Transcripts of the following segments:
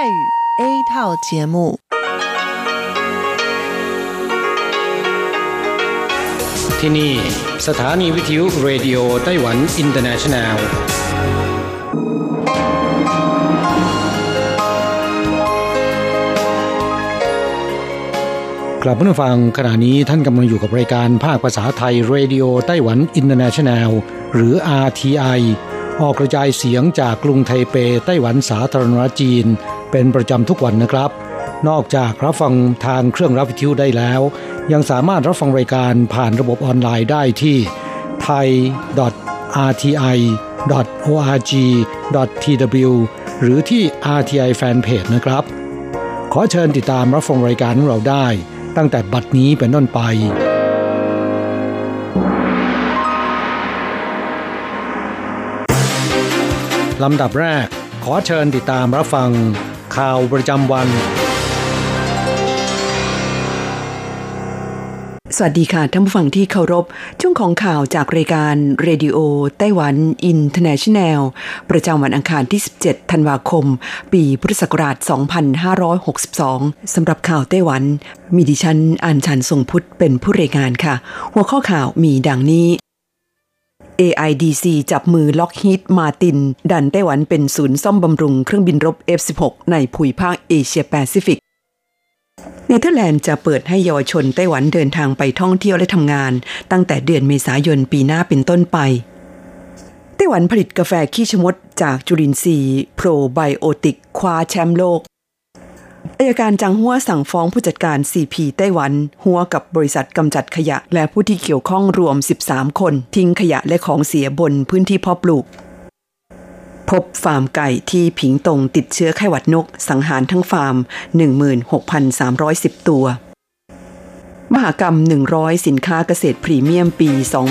语 A 套节目ที่นี่สถานีวิทยุเรดิโอไต้หวันอินเตอร์เนชั่นแนลกลับมาฟังขณะนี้ท่านกำลังอยู่กับรายการภาคภาษาไทยเรดิโอไต้หวันอินเตอร์เนชั่นแนลหรือ RTI ออกกระจายเสียงจากกรุงไทเปไต้หวันสาธารณรัฐจีนเป็นประจำทุกวันนะครับนอกจากรับฟังทางเครื่องรับวิทยุได้แล้วยังสามารถรับฟังรายการผ่านระบบออนไลน์ได้ที่ thai.rti.org.tw หรือที่ RTI Fanpage นะครับขอเชิญติดตามรับฟังรายการของเราได้ตั้งแต่บัดนี้เป็นต้นไปลำดับแรกขอเชิญติดตามรับฟังข่าวประจำวันสวัสดีค่ะท่านผู้ฟังที่เคารพช่วงของข่าวจากรายการเรดิโอไต้หวันอินเตอร์เนชั่นแนลประจำวันอังคารที่17ธันวาคมปีพุทธศักราช2562สำหรับข่าวไต้หวันมีดิฉันอัญชันทรงพุทธเป็นผู้รายงานค่ะหัวข้อข่าวมีดังนี้ AIDC จับมือล็อกฮีดมาร์ตินดันไต้หวันเป็นศูนย์ซ่อมบำรุงเครื่องบินรบ F16 ในภูมิภาคเอเชียแปซิฟิกเนเธอร์แลนด์จะเปิดให้เยาวชนไต้หวันเดินทางไปท่องเที่ยวและทำงานตั้งแต่เดือนเมษายนปีหน้าเป็นต้นไปไต้หวันผลิตกาแฟขี้ชะมดจากจุลินทรีย์โปรไบโอติกคว้าแชมป์โลกอัยการจังหัวสั่งฟ้องผู้จัดการ CP ไต้หวันหัวกับบริษัทกำจัดขยะและผู้ที่เกี่ยวข้องรวม13คนทิ้งขยะและของเสียบนพื้นที่เพาะปลูกพบฟาร์มไก่ที่ผิงตงติดเชื้อไข้หวัดนกสังหารทั้งฟาร์ม 16,310 ตัวมหกรรม100สินค้าเกษตรพรีเมียมปี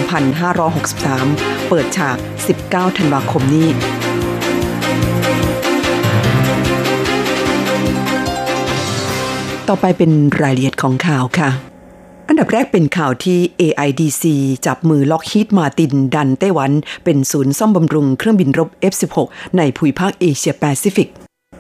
2563 เปิดฉาก19ธันวาคมนี้ต่อไปเป็นรายละเอียดของข่าวค่ะอันดับแรกเป็นข่าวที่ AIDC จับมือล็อกฮีดมาร์ตินดันไต้หวันเป็นศูนย์ซ่อมบำรุงเครื่องบินรบ F16 ในภูมิภาคเอเชียแปซิฟิก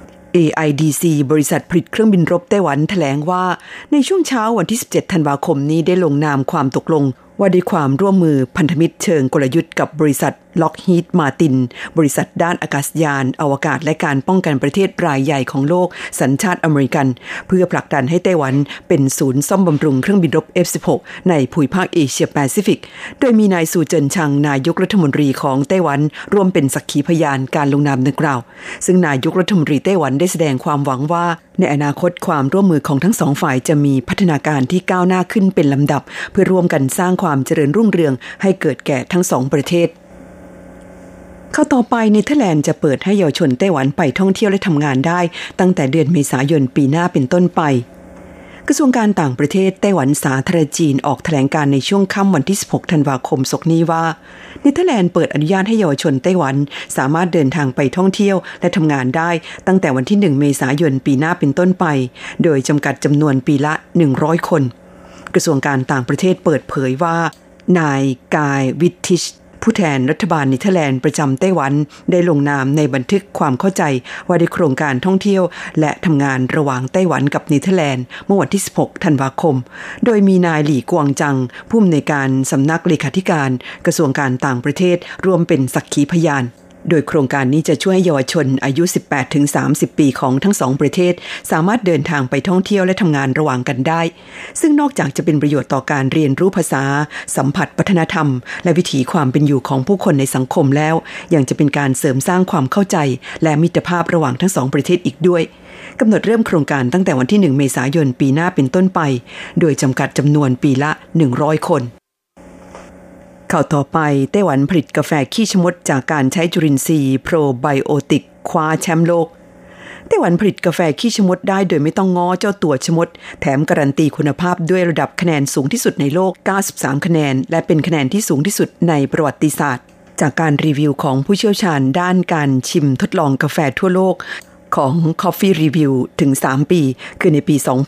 AIDC บริษัทผลิตเครื่องบินรบไต้หวันแถลงว่าในช่วงเช้าวันที่17ธันวาคมนี้ได้ลงนามความตกลงว่าด้วยความร่วมมือพันธมิตรเชิงกลยุทธ์กับบริษัทล็อกฮีดมาร์ตินบริษัทด้านอากาศยานอวกาศและการป้องกันประเทศรายใหญ่ของโลกสัญชาติอเมริกันเพื่อผลักดันให้ไต้หวันเป็นศูนย์ซ่อมบำรุงเครื่องบินรบ F16 ในภูมิภาคเอเชียแปซิฟิกโดยมีนายซูเจินชังนายกรัฐมนตรีของไต้หวันร่วมเป็นสักขีพยานการลงนามดังกล่าวซึ่งนายกรัฐมนตรีไต้หวันได้แสดงความหวังว่าในอนาคตความร่วมมือของทั้งสองฝ่ายจะมีพัฒนาการที่ก้าวหน้าขึ้นเป็นลำดับเพื่อร่วมกันสร้างความเจริญรุ่งเรืองให้เกิดแก่ทั้งสองประเทศข้อต่อไปเนเธอร์แลนด์จะเปิดให้เยาวชนไต้หวันไปท่องเที่ยวและทำงานได้ตั้งแต่เดือนเมษายนปีหน้าเป็นต้นไปกระทรวงการต่างประเทศไต้หวันสาธารณจีนออกแถลงการในช่วงค่ำวันที่16ธันวาคมศกนี้ว่าเนเธอร์แลนด์เปิดอนุญาตให้เยาวชนไต้หวันสามารถเดินทางไปท่องเที่ยวและทำงานได้ตั้งแต่วันที่1เมษายนปีหน้าเป็นต้นไปโดยจำกัดจำนวนปีละ100คนกระทรวงการต่างประเทศเปิดเผยว่านายกายวิทติชผู้แทนรัฐบาลเนเธอร์แลนด์ประจำไต้หวันได้ลงนามในบันทึกความเข้าใจว่าด้วยโครงการท่องเที่ยวและทำงานระหว่างไต้หวันกับเนเธอร์แลนด์เมื่อวันที่16ธันวาคมโดยมีนายหลี่กวางจังผู้อำนวยการสำนักเลขาธิการกระทรวงการต่างประเทศร่วมเป็นสักขีพยานโดยโครงการนี้จะช่วยให้เยาวชนอายุ 18-30 ปีของทั้งสองประเทศสามารถเดินทางไปท่องเที่ยวและทำงานระหว่างกันได้ซึ่งนอกจากจะเป็นประโยชน์ต่อการเรียนรู้ภาษาสัมผัสวัฒนธรรมและวิถีความเป็นอยู่ของผู้คนในสังคมแล้วยังจะเป็นการเสริมสร้างความเข้าใจและมิตรภาพระหว่างทั้งสองประเทศอีกด้วยกำหนดเริ่มโครงการตั้งแต่วันที่1เมษายนปีหน้าเป็นต้นไปโดยจำกัดจำนวนปีละ100คนข่าวต่อไปไต้หวันผลิตกาแฟขี้ชะมดจากการใช้จุลินทรีย์โปรไบโอติกคว้าแชมป์โลกไต้หวันผลิตกาแฟขี้ชะมดได้โดยไม่ต้องง้อเจ้าตัวชะมดแถมการันตีคุณภาพด้วยระดับคะแนนสูงที่สุดในโลก93คะแนนและเป็นคะแนนที่สูงที่สุดในประวัติศาสตร์จากการรีวิวของผู้เชี่ยวชาญด้านการชิมทดลองกาแฟทั่วโลกของ Coffee Review ถึง3ปีคือในปี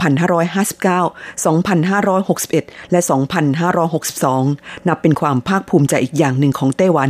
2559 2561 และ 2562 นับเป็นความภาคภูมิใจอีกอย่างหนึ่งของไต้หวัน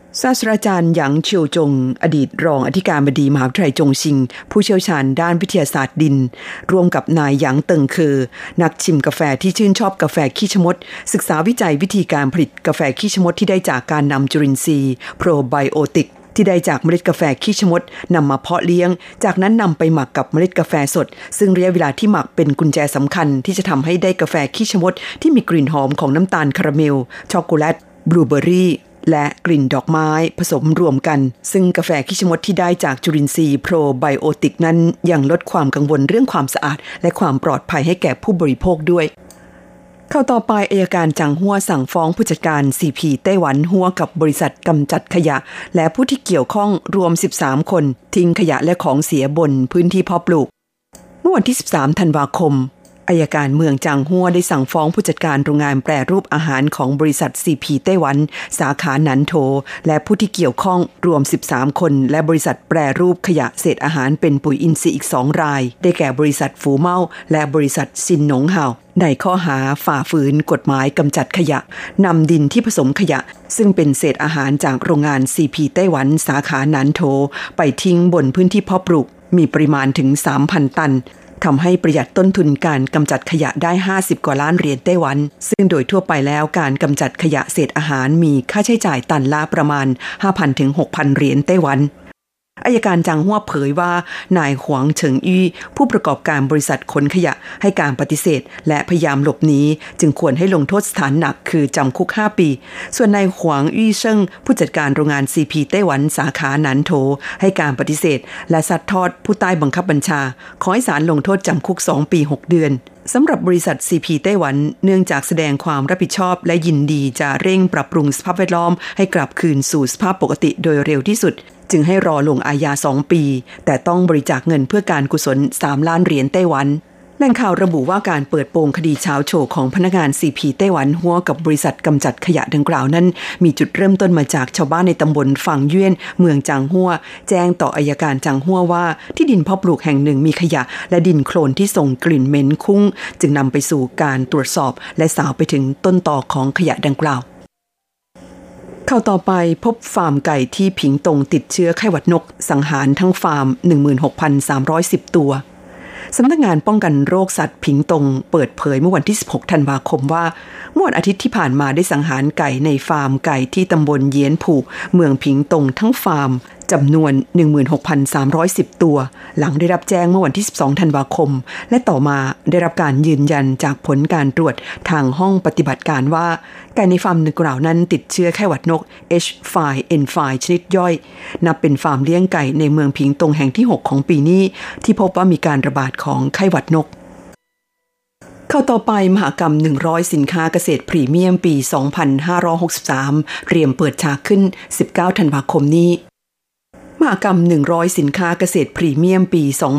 ศาสตราจารย์หยางเฉียวจงอดีตรองอธิการบดีมหาวิทยาลัยจงซิงผู้เชี่ยวชาญด้านวิทยาศาสตร์ดินร่วมกับนายหยางเติงเคอนักชิมกาแฟที่ชื่นชอบกาแฟขี้ชะมดศึกษาวิจัยวิธีการผลิตกาแฟขี้ชะมดที่ได้จากการนำจุลินทรีย์โปรไบโอติกที่ได้จากเมล็ดกาแฟขี้ชะมดนำมาเพาะเลี้ยงจากนั้นนำไปหมักกับเมล็ดกาแฟสดซึ่งระยะเวลาที่หมักเป็นกุญแจสำคัญที่จะทำให้ได้กาแฟขี้ชะมดที่มีกลิ่นหอมของน้ำตาลคาราเมลช็อกโกแลตบลูเบอร์รี่และกลิ่นดอกไม้ผสมรวมกันซึ่งกาแฟขี้ชะมดที่ได้จากจุลินทรีย์โปรไบโอติกนั้นยังลดความกังวลเรื่องความสะอาดและความปลอดภัยให้แก่ผู้บริโภคด้วยเข้าต่อไปอัยการจางฮั่วสั่งฟ้องผู้จัดการ CP ไต้หวันฮั่วกับบริษัทกำจัดขยะและผู้ที่เกี่ยวข้องรวม13คนทิ้งขยะและของเสียบนพื้นที่เพาะปลูกเมื่อวันที่13ธันวาคมอัยการเมืองจางฮั่วได้สั่งฟ้องผู้จัดการโรงงานแปรรูปอาหารของบริษัท CP ไต้หวันสาขาหนันโถและผู้ที่เกี่ยวข้องรวม13คนและบริษัทแปรรูปขยะเศษอาหารเป็นปุ๋ยอินทรีย์อีก2รายได้แก่บริษัทฝูเม่าและบริษัทซินหนงเห่าในข้อหาฝ่าฝืนกฎหมายกำจัดขยะนำดินที่ผสมขยะซึ่งเป็นเศษอาหารจากโรงงาน CP ไต้หวันสาขาหนันโถไปทิ้งบนพื้นที่เพาะปลูกมีปริมาณถึง 3,000 ตันทำให้ประหยัดต้นทุนการกำจัดขยะได้50กว่าล้านเหรียญไต้หวันซึ่งโดยทั่วไปแล้วการกำจัดขยะเศษอาหารมีค่าใช้จ่ายตันละประมาณ 5,000 ถึง 6,000 เหรียญไต้หวันอัยการจางฮั่วเผยว่านายหวงเฉิงอี้ผู้ประกอบการบริษัทขนขยะให้การปฏิเสธและพยายามหลบหนีจึงควรให้ลงโทษสถานหนักคือจำคุก5ปีส่วนนายหวงอี้เซิ่งผู้จัดการโรงงาน CP ไต้หวันสาขาหนันโถให้การปฏิเสธและซัดทอดผู้ใต้บังคับบัญชาขอให้ศาลลงโทษจำคุก2ปี6เดือนสำหรับบริษัท CP ไต้หวันเนื่องจากแสดงความรับผิดชอบและยินดีจะเร่งปรับปรุงสภาพแวดล้อมให้กลับคืนสู่สภาพปกติโดยเร็วที่สุดจึงให้รอลงอาญา2ปีแต่ต้องบริจาคเงินเพื่อการกุศล3ล้านเหรียญไต้หวันแหล่งข่าวระบุว่าการเปิดโปงคดีเช้าโชว์ของพนักงาน CP ไต้หวันฮั่วกับบริษัทกำจัดขยะดังกล่าวนั้นมีจุดเริ่มต้นมาจากชาวบ้านในตำบลฝั่งเยื่นเมืองจางฮั่วแจ้งต่ออัยการจางฮั่วว่าที่ดินเพาะปลูกแห่งหนึ่งมีขยะและดินโคลนที่ส่งกลิ่นเหม็นคุ้งจึงนำไปสู่การตรวจสอบและสาวไปถึงต้นตอของขยะดังกล่าวข่าวต่อไปพบฟาร์มไก่ที่ผิงตงติดเชื้อไข้หวัดนกสังหารทั้งฟาร์ม 16,310 ตัวสำนักงานป้องกันโรคสัตว์ผิงตงเปิดเผยเมื่อวันที่16ธันวาคมว่าเมื่อวันอาทิตย์ที่ผ่านมาได้สังหารไก่ในฟาร์มไก่ที่ตำบลเยียนผู่เมืองผิงตงทั้งฟาร์มจำนวน 16,310 ตัวหลังได้รับแจ้งเมื่อวันที่12ธันวาคมและต่อมาได้รับการยืนยันจากผลการตรวจทางห้องปฏิบัติการว่าไก่ในฟาร์มดังกล่าวนั้นติดเชื้อไข้หวัดนก H5N5 ชนิดย่อยนับเป็นฟาร์มเลี้ยงไก่ในเมืองผิงตงแห่งที่6ของปีนี้ที่พบว่ามีการระบาดของไข้หวัดนกเข้าต่อไปมหกรรม100สินค้าเกษตรพรีเมียมปี 2563เตรียมเปิดฉากขึ้น19ธันวาคมนี้มหกรรม100สินค้าเกษตรพรีเมียมปี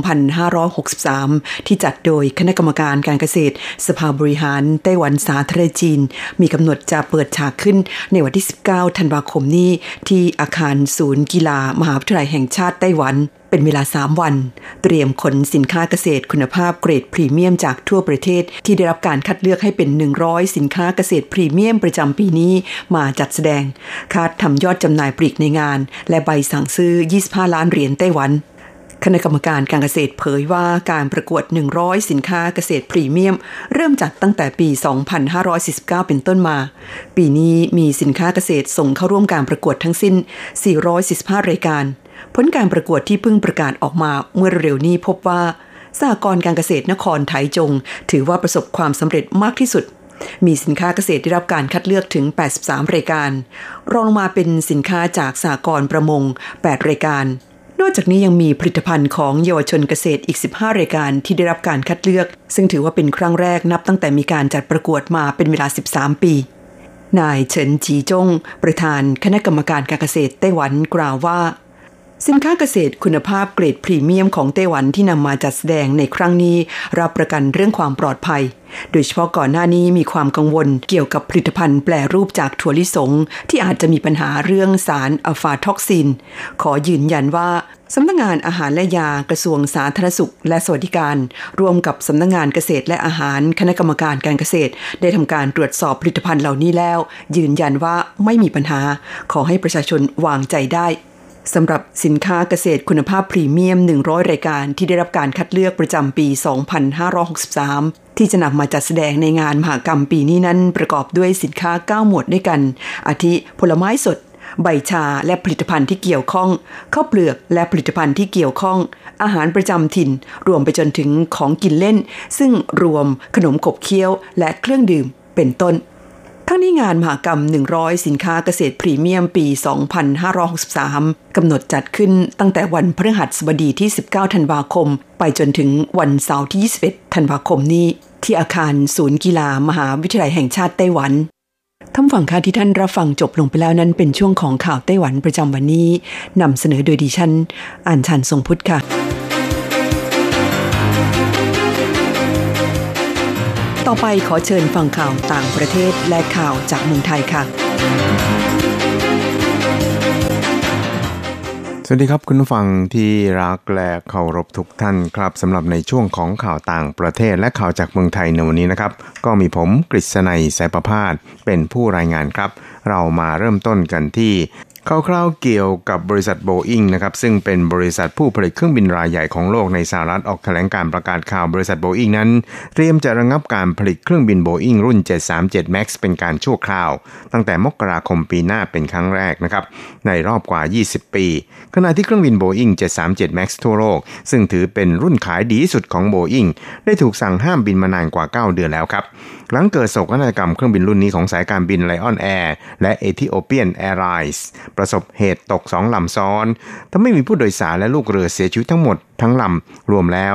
2563ที่จัดโดยคณะกรรมการการเกษตรสภาบริหารไต้หวันสาธารณรัฐจีนมีกำหนดจะเปิดฉากขึ้นในวันที่19ธันวาคมนี้ที่อาคารศูนย์กีฬามหาวิทยาลัยแห่งชาติไต้หวันเป็นเวลา3วันเตรียมขนสินค้าเกษตรคุณภาพเกรดพรีเมียมจากทั่วประเทศที่ได้รับการคัดเลือกให้เป็น100สินค้าเกษตรพรีเมียมประจำปีนี้มาจัดแสดงคาดทำยอดจำหน่ายปลีกในงานและใบสั่งซื้อ25ล้านเหรียญไต้หวันคณะกรรมการการเกษตรเผยว่าการประกวด100สินค้าเกษตรพรีเมียมเริ่มจัดตั้งแต่ปี 2549เป็นต้นมาปีนี้มีสินค้าเกษตรส่งเข้าร่วมการประกวดทั้งสิ้น445รายการผลการประกวดที่เพิ่งประกาศออกมาเมื่อเร็วนี้พบว่าสหกรณ์การเกษตรนครไถจงถือว่าประสบความสำเร็จมากที่สุดมีสินค้าเกษตรได้รับการคัดเลือกถึง83รายการรองลงมาเป็นสินค้าจากสหกรณ์ประมง8รายการนอกจากนี้ยังมีผลิตภัณฑ์ของเยาวชนเกษตรอีก15รายการที่ได้รับการคัดเลือกซึ่งถือว่าเป็นครั้งแรกนับตั้งแต่มีการจัดประกวดมาเป็นเวลา13ปีนายเฉินจีจงประธานคณะกรรมการการเกษตรไต้หวันกล่าวว่าสินค้าเกษตรคุณภาพเกรดพรีเมียมของไต้หวันที่นำมาจัดแสดงในครั้งนี้รับประกันเรื่องความปลอดภัยโดยเฉพาะก่อนหน้านี้มีความกังวลเกี่ยวกับผลิตภัณฑ์แปรรูปจากถั่วลิสงที่อาจจะมีปัญหาเรื่องสารอะฟาท็อกซินขอยืนยันว่าสำนักงานอาหารและยากระทรวงสาธารณสุขและสวัสดิการร่วมกับสำนักงานเกษตรและอาหารคณะกรรมการการเกษตรได้ทำการตรวจสอบผลิตภัณฑ์เหล่านี้แล้วยืนยันว่าไม่มีปัญหาขอให้ประชาชนวางใจได้สำหรับสินค้าเกษตรคุณภาพพรีเมียม100รายการที่ได้รับการคัดเลือกประจำปี2563ที่จะนำมาจัดแสดงในงานมหกรรมปีนี้นั้นประกอบด้วยสินค้า9หมวดด้วยกันอาทิผลไม้สดใบชาและผลิตภัณฑ์ที่เกี่ยวข้องข้าวเปลือกและผลิตภัณฑ์ที่เกี่ยวข้องอาหารประจำถิ่นรวมไปจนถึงของกินเล่นซึ่งรวมขนมขบเคี้ยวและเครื่องดื่มเป็นต้นทั้งนี้งานมหกรรม100สินค้าเกษตรพรีเมียมปี2563กำหนดจัดขึ้นตั้งแต่วันพฤหัสบดีที่19ธันวาคมไปจนถึงวันเสาร์ที่21ธันวาคมนี้ที่อาคารศูนย์กีฬามหาวิทยาลัยแห่งชาติไต้หวันท่านฟังค่ะที่ท่านรับฟังจบลงไปแล้วนั้นเป็นช่วงของข่าวไต้หวันประจำวันนี้นำเสนอโดยดิฉันอัญชันทรงพุทธค่ะต่อไปขอเชิญฟังข่าวต่างประเทศและข่าวจากเมืองไทยค่ะสวัสดีครับคุณผู้ฟังที่รักและเคารพทุกท่านครับสำหรับในช่วงของข่าวต่างประเทศและข่าวจากเมืองไทยในวันนี้นะครับก็มีผมกฤษณัย สายประภาสเป็นผู้รายงานครับเรามาเริ่มต้นกันที่คร่าวๆเกี่ยวกับบริษัทโบอิงนะครับซึ่งเป็นบริษัทผู้ผลิตเครื่องบินรายใหญ่ของโลกในสหรัฐออกแถลงการประกาศข่าวบริษัทโบอิงนั้นเตรียมจะระงับการผลิตเครื่องบินโบอิงรุ่น737 MAX เป็นการชั่วคราวตั้งแต่มกราคมปีหน้าเป็นครั้งแรกนะครับในรอบกว่า20ปีขณะที่เครื่องบินโบอิง737 MAX ทั่วโลกซึ่งถือเป็นรุ่นขายดีที่สุดของโบอิงได้ถูกสั่งห้ามบินมานานกว่า9เดือนแล้วครับหลังเกิดโศกนาฏกรรมเครื่องบินรุ่นนี้ของสายการบิน Lion Air และ Ethiopian Airlines ประสบเหตุตก2ลำซ้อนทำให้มีผู้โดยสารและลูกเรือเสียชีวิตทั้งหมดทั้งลำรวมแล้ว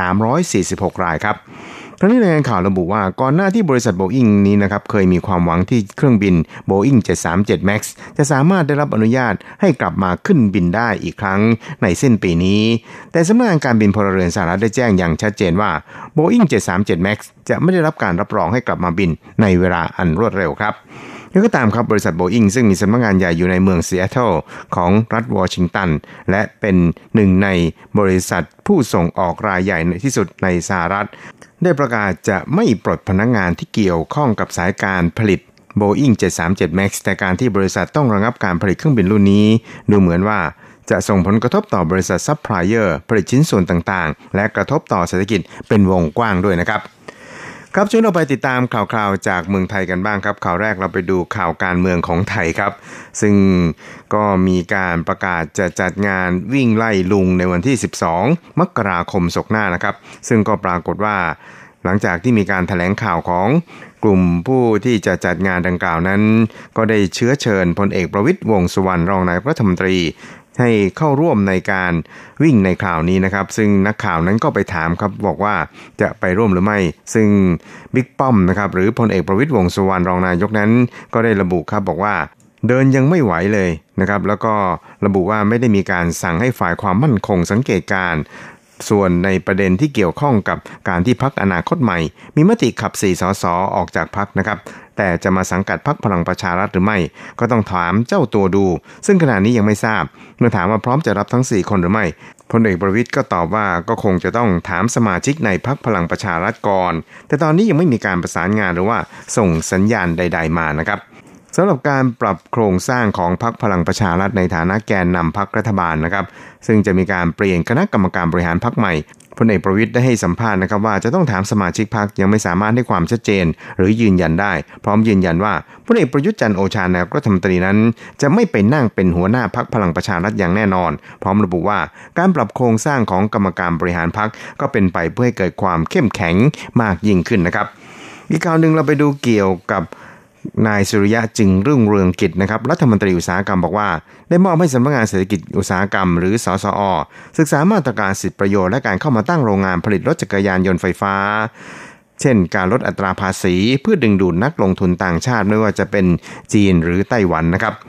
346รายครับทั้งนี้รายงานข่าวระบุว่าก่อนหน้าที่บริษัทโบอิงนี้นะครับเคยมีความหวังที่เครื่องบิน Boeing 737 MAX จะสามารถได้รับอนุญาตให้กลับมาขึ้นบินได้อีกครั้งในสิ้นปีนี้แต่สำนักงานการบินพลเรือนสหรัฐได้แจ้งอย่างชัดเจนว่า Boeing 737 MAX จะไม่ได้รับการรับรองให้กลับมาบินในเวลาอันรวดเร็วครับแล้วก็ตามครับบริษัทโบอิงซึ่งมีสำนักงานใหญ่อยู่ในเมืองซีแอตเทิลของรัฐวอชิงตันและเป็นหนึ่งในบริษัทผู้ส่งออกรายใหญ่ที่สุดในสหรัฐได้ประกาศจะไม่ปลดพนักงานที่เกี่ยวข้องกับสายการผลิต Boeing 737 MAX แต่การที่บริษัทต้องระงับการผลิตเครื่องบินรุ่นนี้ดูเหมือนว่าจะส่งผลกระทบต่อบริษัทซัพพลายเออร์ผลิตชิ้นส่วนต่างๆและกระทบต่อเศรษฐกิจเป็นวงกว้างด้วยนะครับครับช่วยเราไปติดตามข่าวๆจากเมืองไทยกันบ้างครับข่าวแรกเราไปดูข่าวการเมืองของไทยครับซึ่งก็มีการประกาศจะจัดงานวิ่งไล่ลุงในวันที่12มกราคมศกหน้านะครับซึ่งก็ปรากฏว่าหลังจากที่มีการแถลงข่าวของกลุ่มผู้ที่จะจัดงานดังกล่าวนั้นก็ได้เชื้อเชิญพลเอกประวิตรวงษ์สุวรรณรองนายกรัฐมนตรีให้เข้าร่วมในการวิ่งในคราวนี้นะครับซึ่งนักข่าวนั้นก็ไปถามครับบอกว่าจะไปร่วมหรือไม่ซึ่งบิ๊กป้อมนะครับหรือพลเอกประวิตรวงษ์สุวรรณรองนายกนั้นก็ได้ระบุครับบอกว่าเดินยังไม่ไหวเลยนะครับแล้วก็ระบุว่าไม่ได้มีการสั่งให้ฝ่ายความมั่นคงสังเกตการส่วนในประเด็นที่เกี่ยวข้องกับการที่พรรคอนาคตใหม่มีมติขับ4 สส.ออกจากพรรคนะครับแต่จะมาสังกัดพรรคพลังประชารัฐหรือไม่ก็ต้องถามเจ้าตัวดูซึ่งขณะนี้ยังไม่ทราบเมื่อถามว่าพร้อมจะรับทั้ง4คนหรือไม่พลเอกประวิตรก็ตอบว่าก็คงจะต้องถามสมาชิกในพรรคพลังประชารัฐก่อนแต่ตอนนี้ยังไม่มีการประสานงานหรือว่าส่งสัญญาณใดๆมานะครับสำหรับการปรับโครงสร้างของพรรคพลังประชารัฐในฐานะแกนนำพรรครัฐบาลนะครับซึ่งจะมีการเปลี่ยนคณะกรรมการบริหารพรรคใหม่พลเอกประวิตรได้ให้สัมภาษณ์นะครับว่าจะต้องถามสมาชิกพรรคยังไม่สามารถให้ความชัดเจนหรือยืนยันได้พร้อมยืนยันว่าพลเอกประยุทธ์จันทร์โอชานายกรัฐมนตรีนั้นจะไม่ไปนั่งเป็นหัวหน้าพรรคพลังประชารัฐอย่างแน่นอนพร้อมระบุว่าการปรับโครงสร้างของกรรมการบริหารพรรคก็เป็นไปเพื่อให้เกิดความเข้มแข็งมากยิ่งขึ้นนะครับอีกข่าวนึงเราไปดูเกี่ยวกับนายสุริยะจึงรุ่งเรืองกิจนะครับรัฐมนตรีอุตสาหกรรมบอกว่าได้มอบให้สำนักงานเศรษฐกิจอุตสาหกรรมหรือสสอ.ศึกษามาตรการสิทธิประโยชน์และการเข้ามาตั้งโรงงานผลิตรถจักรยานยนต์ไฟฟ้าเช่นการลดอัตราภาษีเพื่อดึงดูดนักลงทุนต่างชาติไม่ว่าจะเป็นจีนหรือไต้หวันนะครับ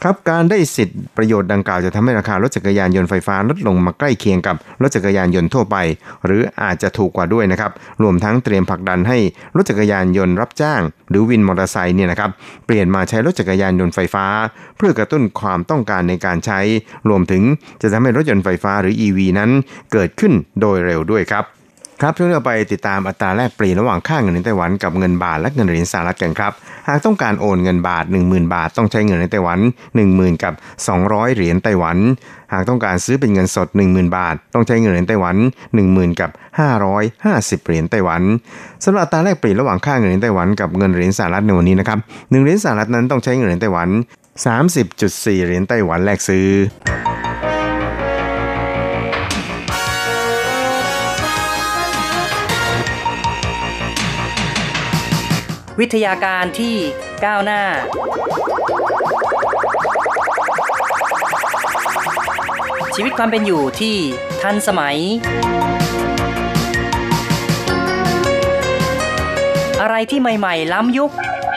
ครับการได้สิทธิประโยชน์ดังกล่าวจะทำให้ราคารถจักรยานยนต์ไฟฟ้าลดลงมาใกล้เคียงกับรถจักรยานยนต์ทั่วไปหรืออาจจะถูกกว่าด้วยนะครับรวมทั้งเตรียมผลักดันให้รถจักรยานยนต์รับจ้างหรือวินมอเตอร์ไซค์เนี่ยนะครับเปลี่ยนมาใช้รถจักรยานยนต์ไฟฟ้าเพื่อกระตุ้นความต้องการในการใช้รวมถึงจะทำให้รถยนต์ไฟฟ้าหรือ EV นั้นเกิดขึ้นโดยเร็วด้วยครับช่วงนี้เราไปติดตามอัตราแลกเปลี่ยนระหว่างค่าเงินในไต้หวันกับเงินบาทและเงินเหรียญสหรัฐกันครับหากต้องการโอนเงินบาท 10,000 บาทต้องใช้เงินในไต้หวัน 10,000 กับ200เหรียญไต้หวันหากต้องการซื้อเป็นเงินสด 10,000 บาทต้องใช้เงินเหรียญไต้หวัน 10,000 กับ550เหรียญไต้หวันสำหรับอัตราแลกเปลี่ยนระหว่างค่าเงินในไต้หวันกับเงินเหรียญสหรัฐในวันนี้นะครับ1เหรียญสหรัฐนั้นต้องใช้เงินเหรียญไต้หวัน 30.4 เหรียญไต้หวันแลกซื้อวิทยาการที่ก้าวหน้าชีวิตความเป็นอยู่ที่ทันสมัยอะไรที่ใหม่ๆล้ำยุค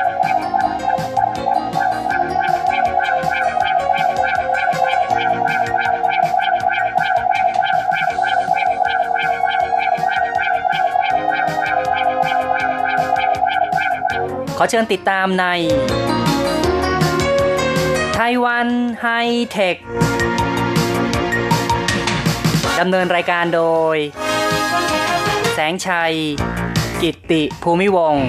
ขอเชิญติดตามในไต้หวันไฮเทคดำเนินรายการโดยแสงชัยกิตติภูมิวงศ์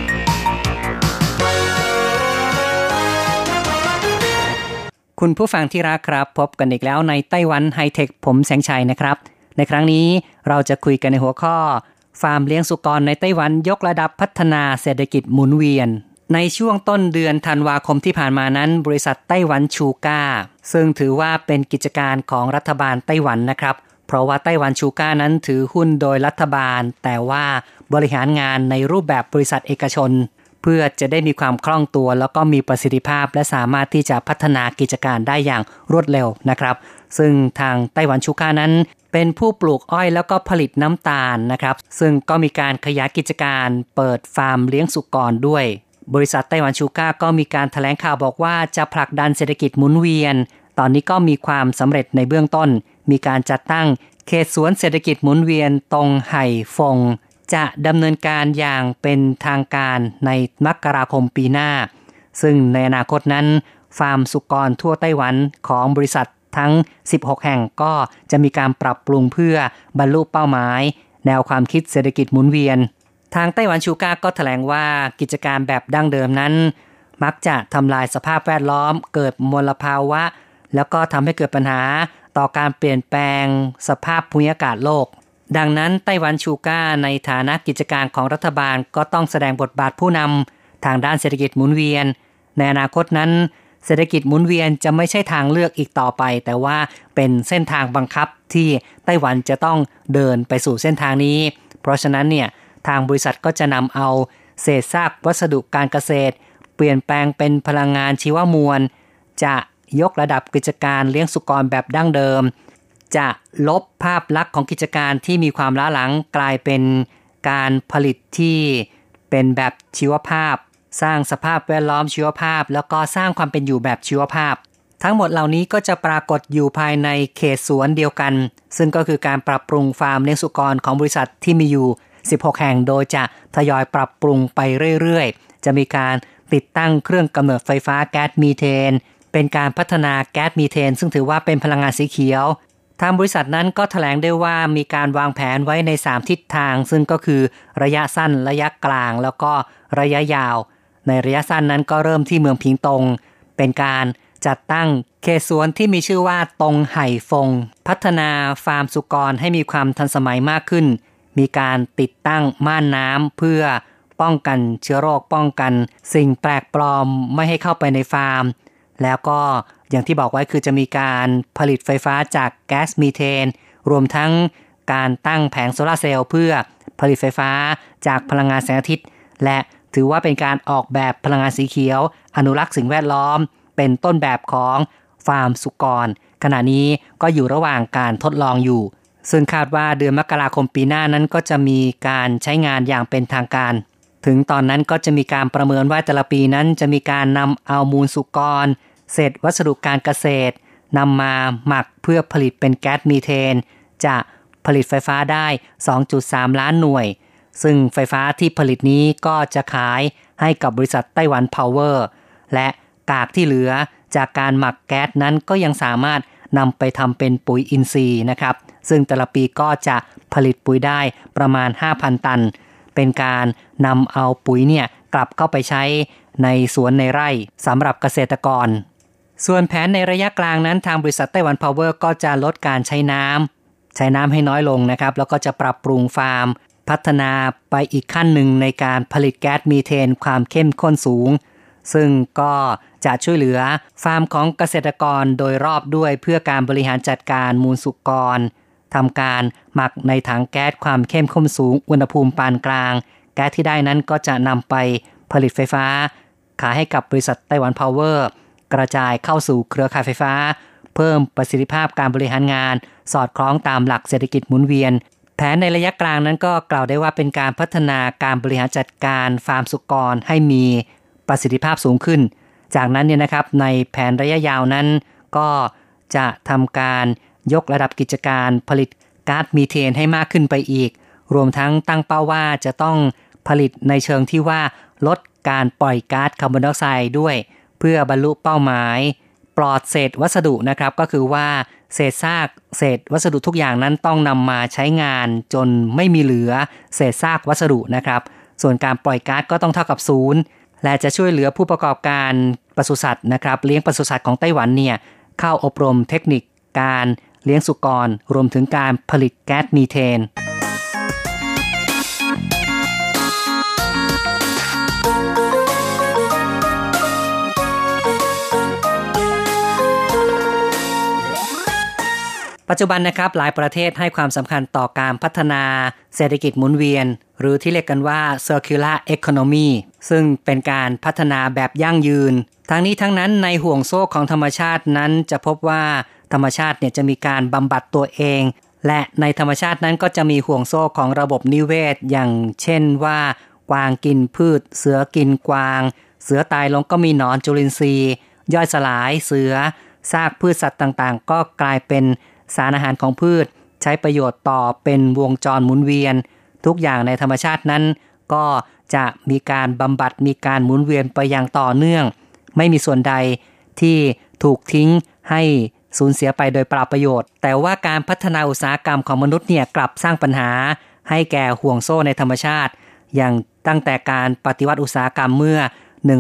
คุณผู้ฟังที่รักครับพบกันอีกแล้วในไต้หวันไฮเทคผมแสงชัยนะครับในครั้งนี้เราจะคุยกันในหัวข้อฟาร์มเลี้ยงสุกรในไต้หวันยกระดับพัฒนาเศรษฐกิจหมุนเวียนในช่วงต้นเดือนธันวาคมที่ผ่านมานั้นบริษัทไต้หวันชูก้าซึ่งถือว่าเป็นกิจการของรัฐบาลไต้หวันนะครับเพราะว่าไต้หวันชูก้านั้นถือหุ้นโดยรัฐบาลแต่ว่าบริหารงานในรูปแบบบริษัทเอกชนเพื่อจะได้มีความคล่องตัวแล้วก็มีประสิทธิภาพและสามารถที่จะพัฒนากิจการได้อย่างรวดเร็วนะครับซึ่งทางไต้หวันชูก้านั้นเป็นผู้ปลูกอ้อยแล้วก็ผลิตน้ำตาลนะครับซึ่งก็มีการขยายกิจการเปิดฟาร์มเลี้ยงสุกรด้วยบริษัทไต้หวันชูก้าก็มีการแถลงข่าวบอกว่าจะผลักดันเศรษฐกิจหมุนเวียนตอนนี้ก็มีความสำเร็จในเบื้องต้นมีการจัดตั้งเขตสวนเศรษฐกิจหมุนเวียนตรงไห่ฟงจะดำเนินการอย่างเป็นทางการในมกราคมปีหน้าซึ่งในอนาคตนั้นฟาร์มสุกรทั่วไต้หวันของบริษัททั้ง16แห่งก็จะมีการปรับปรุงเพื่อบรรลุเป้าหมายแนวความคิดเศรษฐกิจหมุนเวียนทางไต้หวันชูก้าก็แถลงว่ากิจการแบบดั้งเดิมนั้นมักจะทำลายสภาพแวดล้อมเกิดมลภาวะแล้วก็ทำให้เกิดปัญหาต่อการเปลี่ยนแปลงสภาพภูมิอากาศโลกดังนั้นไต้หวันชูก้าในฐานะกิจการของรัฐบาลก็ต้องแสดงบทบาทผู้นำทางด้านเศรษฐกิจหมุนเวียนในอนาคตนั้นเศรษฐกิจหมุนเวียนจะไม่ใช่ทางเลือกอีกต่อไปแต่ว่าเป็นเส้นทางบังคับที่ไต้หวันจะต้องเดินไปสู่เส้นทางนี้เพราะฉะนั้นเนี่ยทางบริษัทก็จะนำเอาเศษซากวัสดุการเกษตรเปลี่ยนแปลงเป็นพลังงานชีวมวลจะยกระดับกิจการเลี้ยงสุกรแบบดั้งเดิมจะลบภาพลักษณ์ของกิจการที่มีความล้าหลังกลายเป็นการผลิตที่เป็นแบบชีวภาพสร้างสภาพแวดล้อมชีวภาพแล้วก็สร้างความเป็นอยู่แบบชีวภาพทั้งหมดเหล่านี้ก็จะปรากฏอยู่ภายในเขตสวนเดียวกันซึ่งก็คือการปรับปรุงฟาร์มเลี้ยงสุกรของบริษัทที่มีอยู่16แห่งโดยจะทยอยปรับปรุงไปเรื่อยๆจะมีการติดตั้งเครื่องกำเนิดไฟฟ้าแก๊สมีเทนเป็นการพัฒนาแก๊สมีเทนซึ่งถือว่าเป็นพลังงานสีเขียวทางบริษัทนั้นก็แถลงได้ว่ามีการวางแผนไว้ใน3ทิศทางซึ่งก็คือระยะสั้นระยะกลางแล้วก็ระยะยาวในระยะสั้นนั้นก็เริ่มที่เมืองพิงตงเป็นการจัดตั้งเขตสวนที่มีชื่อว่าตงไห่ฟงพัฒนาฟาร์มสุกรให้มีความทันสมัยมากขึ้นมีการติดตั้งม่านน้ำเพื่อป้องกันเชื้อโรคป้องกันสิ่งแปลกปลอมไม่ให้เข้าไปในฟาร์มแล้วก็อย่างที่บอกไว้คือจะมีการผลิตไฟฟ้าจากแก๊สมีเทนรวมทั้งการตั้งแผงโซลาร์เซลล์เพื่อผลิตไฟฟ้าจากพลังงานแสงอาทิตย์และถือว่าเป็นการออกแบบพลังงานสีเขียวอนุรักษ์สิ่งแวดล้อมเป็นต้นแบบของฟาร์มสุกรขณะนี้ก็อยู่ระหว่างการทดลองอยู่ซึ่งคาดว่าเดือนมกราคมปีหน้านั้นก็จะมีการใช้งานอย่างเป็นทางการถึงตอนนั้นก็จะมีการประเมินว่าแต่ละปีนั้นจะมีการนำเอามูลสุกรเศษวัสดุการเกษตรนำมาหมักเพื่อผลิตเป็นแก๊สมีเทนจะผลิตไฟฟ้าได้ 2.3 ล้านหน่วยซึ่งไฟฟ้าที่ผลิตนี้ก็จะขายให้กับบริษัทไต้หวันพาวเวอร์และกากที่เหลือจากการหมักแก๊สนั้นก็ยังสามารถนำไปทำเป็นปุ๋ยอินทรีย์นะครับซึ่งแต่ละปีก็จะผลิตปุ๋ยได้ประมาณ 5,000 ตันเป็นการนำเอาปุ๋ยเนี่ยกลับเข้าไปใช้ในสวนในไร่สำหรับเกษตรกรส่วนแผนในระยะกลางนั้นทางบริษัทไต้หวันพาวเวอร์ก็จะลดการใช้น้ำให้น้อยลงนะครับแล้วก็จะปรับปรุงฟาร์มพัฒนาไปอีกขั้นหนึ่งในการผลิตแก๊สมีเทนความเข้มข้นสูงซึ่งก็จะช่วยเหลือฟาร์มของเกษตรกรโดยรอบด้วยเพื่อการบริหารจัดการมูลสุกรทำการหมักในถังแก๊สความเข้มข้นสูงอุณหภูมิปานกลางแก๊สที่ได้นั้นก็จะนำไปผลิตไฟฟ้าขายให้กับบริษัทไต้หวันพาวเวอร์กระจายเข้าสู่เครือข่ายไฟฟ้าเพิ่มประสิทธิภาพการบริหารงานสอดคล้องตามหลักเศรษฐกิจหมุนเวียนแผนในระยะกลางนั้นก็กล่าวได้ว่าเป็นการพัฒนาการบริหารจัดการฟาร์มสุกรให้มีประสิทธิภาพสูงขึ้นจากนั้นเนี่ยนะครับในแผนระยะยาวนั้นก็จะทำการยกระดับกิจการผลิตก๊าซมีเทนให้มากขึ้นไปอีกรวมทั้งตั้งเป้าว่าจะต้องผลิตในเชิงที่ว่าลดการปล่อยก๊าซคาร์บอนไดออกไซด์ด้วยเพื่อบรรลุเป้าหมายปลอดเศษวัสดุนะครับก็คือว่าเศษซากเศษวัสดุทุกอย่างนั้นต้องนำมาใช้งานจนไม่มีเหลือเศษซากวัสดุนะครับส่วนการปล่อยก๊าซก็ต้องเท่ากับศูนย์และจะช่วยเหลือผู้ประกอบการปศุสัตว์นะครับเลี้ยงปศุสัตว์ของไต้หวันเนี่ยเข้าอบรมเทคนิคการเลี้ยงสุกรรวมถึงการผลิตแก๊สมีเทนปัจจุบันนะครับหลายประเทศให้ความสำคัญต่อการพัฒนาเศรษฐกิจหมุนเวียนหรือที่เรียกกันว่า circular economy ซึ่งเป็นการพัฒนาแบบยั่งยืนทั้งนี้ทั้งนั้นในห่วงโซ่ของธรรมชาตินั้นจะพบว่าธรรมชาติเนี่ยจะมีการบำบัดตัวเองและในธรรมชาตินั้นก็จะมีห่วงโซ่ของระบบนิเวศอย่างเช่นว่ากวางกินพืชเสือกินกวางเสือตายลงก็มีหนอนจุลินทรีย์ย่อยสลายเสือซากพืชสัตว์ต่างๆก็กลายเป็นสารอาหารของพืชใช้ประโยชน์ต่อเป็นวงจรหมุนเวียนทุกอย่างในธรรมชาตินั้นก็จะมีการบำบัดมีการหมุนเวียนไปอย่างต่อเนื่องไม่มีส่วนใดที่ถูกทิ้งให้สูญเสียไปโดยเปล่าประโยชน์แต่ว่าการพัฒนาอุตสาหกรรมของมนุษย์เนี่ยกลับสร้างปัญหาให้แก่ห่วงโซ่ในธรรมชาติอย่างตั้งแต่การปฏิวัติอุตสาหกรรมเมื่อ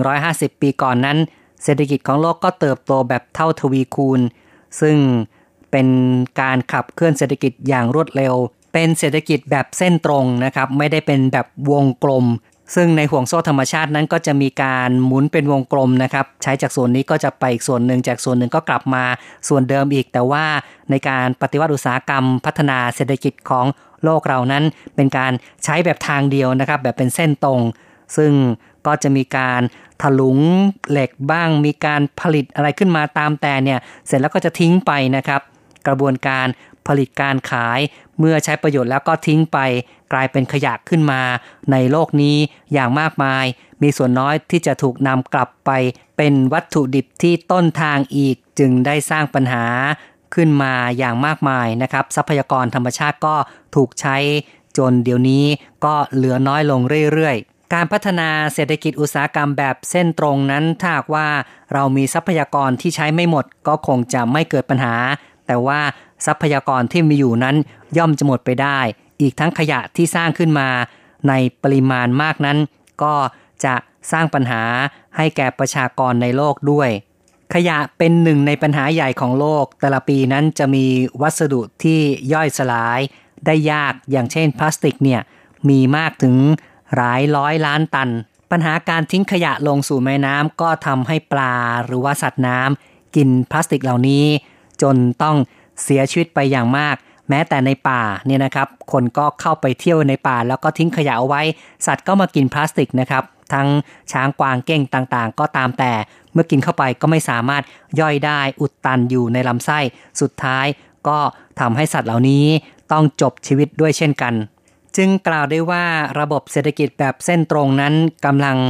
150ปีก่อนนั้นเศรษฐกิจของโลกก็เติบโตแบบเท่าทวีคูณซึ่งเป็นการขับเคลื่อนเศรษฐกิจอย่างรวดเร็วเป็นเศรษฐกิจแบบเส้นตรงนะครับไม่ได้เป็นแบบวงกลมซึ่งในห่วงโซ่ธรรมชาตินั้นก็จะมีการหมุนเป็นวงกลมนะครับใช้จากส่วนนี้ก็จะไปอีกส่วนหนึ่งจากส่วนหนึ่งก็กลับมาส่วนเดิมอีกแต่ว่าในการปฏิวัติอุตสาหกรรมพัฒนาเศรษฐกิจของโลกเรานั้นเป็นการใช้แบบทางเดียวนะครับแบบเป็นเส้นตรงซึ่งก็จะมีการถลุงเหล็กบ้างมีการผลิตอะไรขึ้นมาตามแต่เนี่ยเสร็จแล้วก็จะทิ้งไปนะครับกระบวนการผลิตการขายเมื่อใช้ประโยชน์แล้วก็ทิ้งไปกลายเป็นขยะขึ้นมาในโลกนี้อย่างมากมายมีส่วนน้อยที่จะถูกนำกลับไปเป็นวัตถุดิบที่ต้นทางอีกจึงได้สร้างปัญหาขึ้นมาอย่างมากมายนะครับทรัพยากรธรรมชาติก็ถูกใช้จนเดี๋ยวนี้ก็เหลือน้อยลงเรื่อยๆการพัฒนาเศรษฐกิจอุตสาหกรรมแบบเส้นตรงนั้นถ้าว่าเรามีทรัพยากรที่ใช้ไม่หมดก็คงจะไม่เกิดปัญหาแต่ว่าทรัพยากรที่มีอยู่นั้นย่อมจะหมดไปได้อีกทั้งขยะที่สร้างขึ้นมาในปริมาณมากนั้นก็จะสร้างปัญหาให้แก่ประชากรในโลกด้วยขยะเป็นหนึ่งในปัญหาใหญ่ของโลกแต่ละปีนั้นจะมีวัสดุที่ย่อยสลายได้ยากอย่างเช่นพลาสติกเนี่ยมีมากถึงหลายร้อยล้านตันปัญหาการทิ้งขยะลงสู่แม่น้ำก็ทำให้ปลาหรือว่าสัตว์น้ำกินพลาสติกเหล่านี้จนต้องเสียชีวิตไปอย่างมากแม้แต่ในป่าเนี่ยนะครับคนก็เข้าไปเที่ยวในป่าแล้วก็ทิ้งขยะเอาไว้สัตว์ก็มากินพลาสติกนะครับทั้งช้างกวางเก้งต่างๆก็ตามแต่เมื่อกินเข้าไปก็ไม่สามารถย่อยได้อุดตันอยู่ในลำไส้สุดท้ายก็ทำให้สัตว์เหล่านี้ต้องจบชีวิตด้วยเช่นกันจึงกล่าวได้ว่าระบบเศรษฐกิจแบบเส้นตรงนั้นกำลัง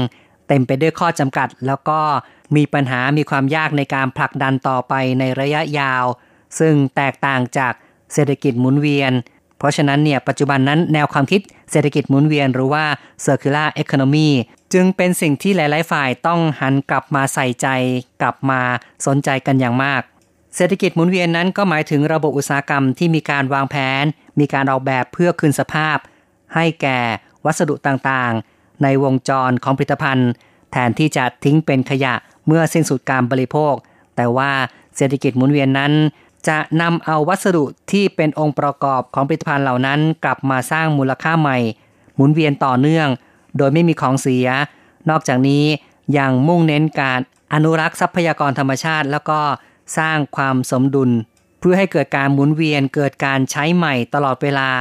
เต็มไปด้วยข้อจำกัดแล้วก็มีปัญหามีความยากในการผลักดันต่อไปในระยะยาวซึ่งแตกต่างจากเศรษฐกิจหมุนเวียนเพราะฉะนั้นเนี่ยปัจจุบันนั้นแนวความคิดเศรษฐกิจหมุนเวียนหรือว่า Circular Economy จึงเป็นสิ่งที่หลายๆฝ่ายต้องหันกลับมาใส่ใจกลับมาสนใจกันอย่างมากเศรษฐกิจหมุนเวียนนั้นก็หมายถึงระบบอุตสาหกรรมที่มีการวางแผนมีการออกแบบเพื่อคืนสภาพให้แก่วัสดุต่างๆในวงจรของผลิตภัณฑ์แทนที่จะทิ้งเป็นขยะเมื่อสิ้นสุดการบริโภคแต่ว่าเศรษฐกิจหมุนเวียนนั้นจะนำเอาวัสดุที่เป็นองค์ประกอบของผลิตภัณฑ์เหล่านั้นกลับมาสร้างมูลค่าใหม่หมุนเวียนต่อเนื่องโดยไม่มีของเสียนอกจากนี้ยังมุ่งเน้นการอนุรักษ์ทรัพยากรธรรมชาติแล้วก็สร้างความสมดุลเพื่อให้เกิดการหมุนเวียนเกิดการใช้ใหม่ตลอดเวลา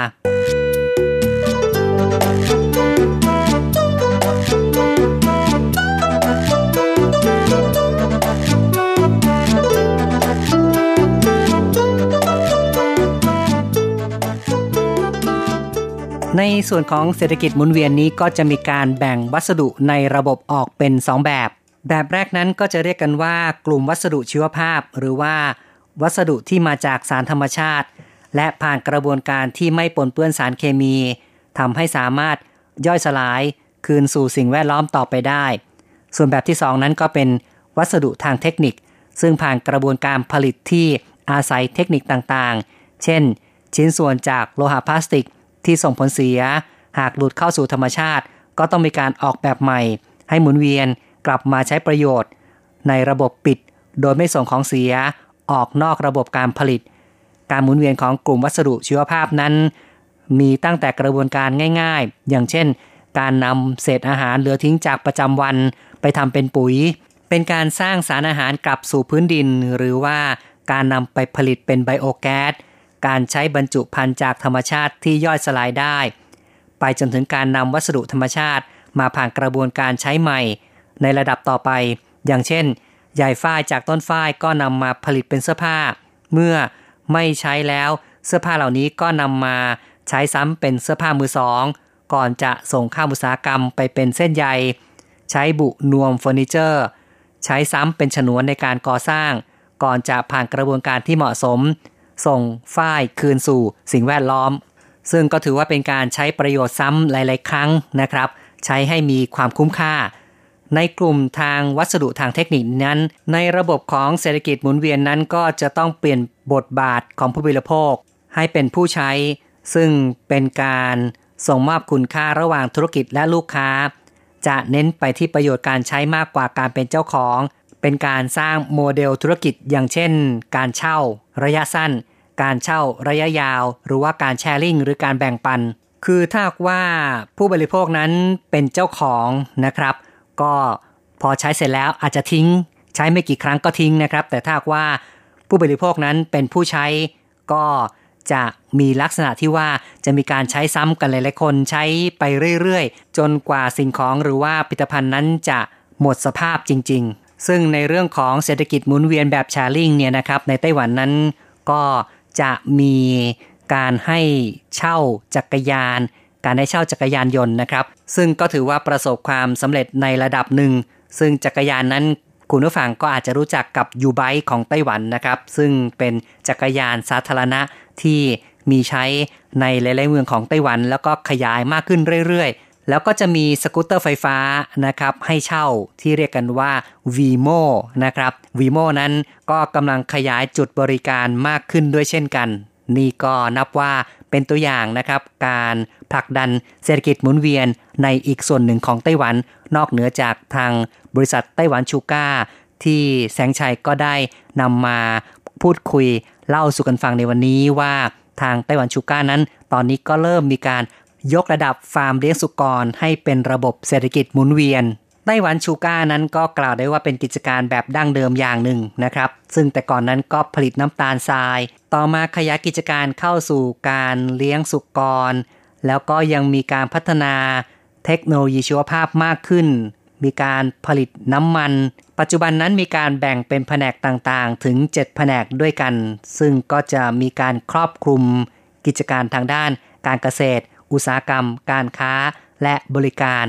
ในส่วนของเศรษฐกิจหมุนเวียนนี้ก็จะมีการแบ่งวัสดุในระบบออกเป็น2แบบแรกนั้นก็จะเรียกกันว่ากลุ่มวัสดุชีวภาพหรือว่าวัสดุที่มาจากสารธรรมชาติและผ่านกระบวนการที่ไม่ปนเปื้อนสารเคมีทำให้สามารถย่อยสลายคืนสู่สิ่งแวดล้อมต่อไปได้ส่วนแบบที่2นั้นก็เป็นวัสดุทางเทคนิคซึ่งผ่านกระบวนการผลิตที่อาศัยเทคนิคต่างๆเช่นชิ้นส่วนจากโลหะพลาสติกที่ส่งผลเสียหากหลุดเข้าสู่ธรรมชาติก็ต้องมีการออกแบบใหม่ให้หมุนเวียนกลับมาใช้ประโยชน์ในระบบปิดโดยไม่ส่งของเสียออกนอกระบบการผลิตการหมุนเวียนของกลุ่มวัสดุชีวภาพนั้นมีตั้งแต่กระบวนการง่ายๆอย่างเช่นการนำเศษอาหารเหลือทิ้งจากประจำวันไปทำเป็นปุ๋ยเป็นการสร้างสารอาหารกลับสู่พื้นดินหรือว่าการนำไปผลิตเป็นไบโอแก๊สการใช้บรรจุภัณฑ์จากธรรมชาติที่ย่อยสลายได้ไปจนถึงการนำวัสดุธรรมชาติมาผ่านกระบวนการใช้ใหม่ในระดับต่อไปอย่างเช่นใยฝ้ายจากต้นฝ้ายก็นำมาผลิตเป็นเสื้อผ้าเมื่อไม่ใช้แล้วเสื้อผ้าเหล่านี้ก็นำมาใช้ซ้ำเป็นเสื้อผ้ามือสองก่อนจะส่งข้ามอุตสาหกรรมไปเป็นเส้นใยใช้บุนวมเฟอร์นิเจอร์ใช้ซ้ำเป็นฉนวนในการก่อสร้างก่อนจะผ่านกระบวนการที่เหมาะสมส่งฝ้ายคืนสู่สิ่งแวดล้อมซึ่งก็ถือว่าเป็นการใช้ประโยชน์ซ้ำหลายๆครั้งนะครับใช้ให้มีความคุ้มค่าในกลุ่มทางวัสดุทางเทคนิคนั้นในระบบของเศรษฐกิจหมุนเวียนนั้นก็จะต้องเปลี่ยนบทบาทของผู้บริโภคให้เป็นผู้ใช้ซึ่งเป็นการส่งมอบคุณค่าระหว่างธุรกิจและลูกค้าจะเน้นไปที่ประโยชน์การใช้มากกว่าการเป็นเจ้าของเป็นการสร้างโมเดลธุรกิจอย่างเช่นการเช่าระยะสั้นการเช่าระยะยาวหรือว่าการแชร์ลิงหรือการแบ่งปันคือถ้าว่าผู้บริโภคนั้นเป็นเจ้าของนะครับก็พอใช้เสร็จแล้วอาจจะทิ้งใช้ไม่กี่ครั้งก็ทิ้งนะครับแต่ถ้าว่าผู้บริโภคนั้นเป็นผู้ใช้ก็จะมีลักษณะที่ว่าจะมีการใช้ซ้ำกันหลายๆคนใช้ไปเรื่อยๆจนกว่าสิ่งของหรือว่าผลิตภัณฑ์นั้นจะหมดสภาพจริงๆซึ่งในเรื่องของเศรษฐกิจหมุนเวียนแบบแชร์ลิงเนี่ยนะครับในไต้หวันนั้นก็จะมีการให้เช่าจักรยานการให้เช่าจักรยานยนต์นะครับซึ่งก็ถือว่าประสบความสำเร็จในระดับหนึ่งซึ่งจักรยานนั้นคุณผู้ฟังก็อาจจะรู้จักกับยูไบค์ของไต้หวันนะครับซึ่งเป็นจักรยานสาธารณะที่มีใช้ในหลายๆเมืองของไต้หวันแล้วก็ขยายมากขึ้นเรื่อยๆแล้วก็จะมีสกูตเตอร์ไฟฟ้านะครับให้เช่าที่เรียกกันว่า Vimo นะครับ Vimo นั้นก็กำลังขยายจุดบริการมากขึ้นด้วยเช่นกันนี่ก็นับว่าเป็นตัวอย่างนะครับการผลักดันเศรษฐกิจหมุนเวียนในอีกส่วนหนึ่งของไต้หวันนอกเหนือจากทางบริษัทไต้หวันชูก้าที่แสงชัยก็ได้นำมาพูดคุยเล่าสู่กันฟังในวันนี้ว่าทางไต้หวันชูก้านั้นตอนนี้ก็เริ่มมีการยกระดับฟาร์มเลี้ยงสุกรให้เป็นระบบเศรษฐกิจหมุนเวียนไต้หวันชูก้านั้นก็กล่าวได้ว่าเป็นกิจการแบบดั้งเดิมอย่างหนึ่งนะครับซึ่งแต่ก่อนนั้นก็ผลิตน้ำตาลทรายต่อมาขยายกิจการเข้าสู่การเลี้ยงสุกรแล้วก็ยังมีการพัฒนาเทคโนโลยีชีวภาพมากขึ้นมีการผลิตน้ำมันปัจจุบันนั้นมีการแบ่งเป็นแผนกต่างๆถึง7แผนกด้วยกันซึ่งก็จะมีการครอบคลุมกิจการทางด้านการเกษตรอุตสาหกรรมการค้าและบริการ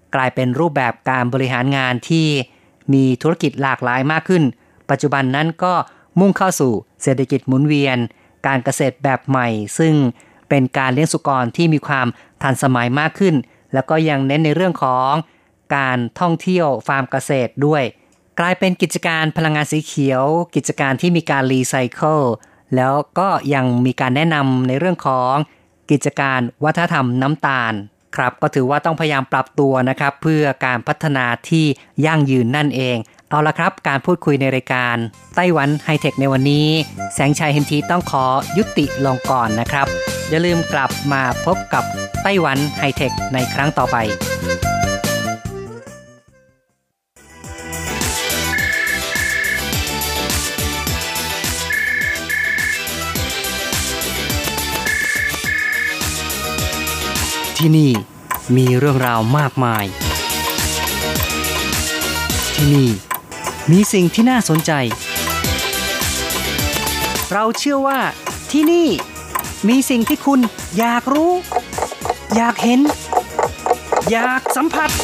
กลายเป็นรูปแบบการบริหารงานที่มีธุรกิจหลากหลายมากขึ้นปัจจุบันนั้นก็มุ่งเข้าสู่เศรษฐกิจหมุนเวียนการเกษตรแบบใหม่ซึ่งเป็นการเลี้ยงสุกรที่มีความทันสมัยมากขึ้นแล้วก็ยังเน้นในเรื่องของการท่องเที่ยวฟาร์มเกษตรด้วยกลายเป็นกิจการพลังงานสีเขียวกิจการที่มีการรีไซเคิลแล้วก็ยังมีการแนะนำในเรื่องของกิจการวัฒนธรรมน้ำตาลครับก็ถือว่าต้องพยายามปรับตัวนะครับเพื่อการพัฒนาที่ยั่งยืนนั่นเองเอาละครับการพูดคุยในรายการไต้หวันไฮเทคในวันนี้แสงชัยเฮมทีต้องขอยุติลงก่อนนะครับอย่าลืมกลับมาพบกับไต้หวันไฮเทคในครั้งต่อไปที่นี่มีเรื่องราวมากมายที่นี่มีสิ่งที่น่าสนใจเราเชื่อว่าที่นี่มีสิ่งที่คุณอยากรู้อยากเห็นอยากสัมผัส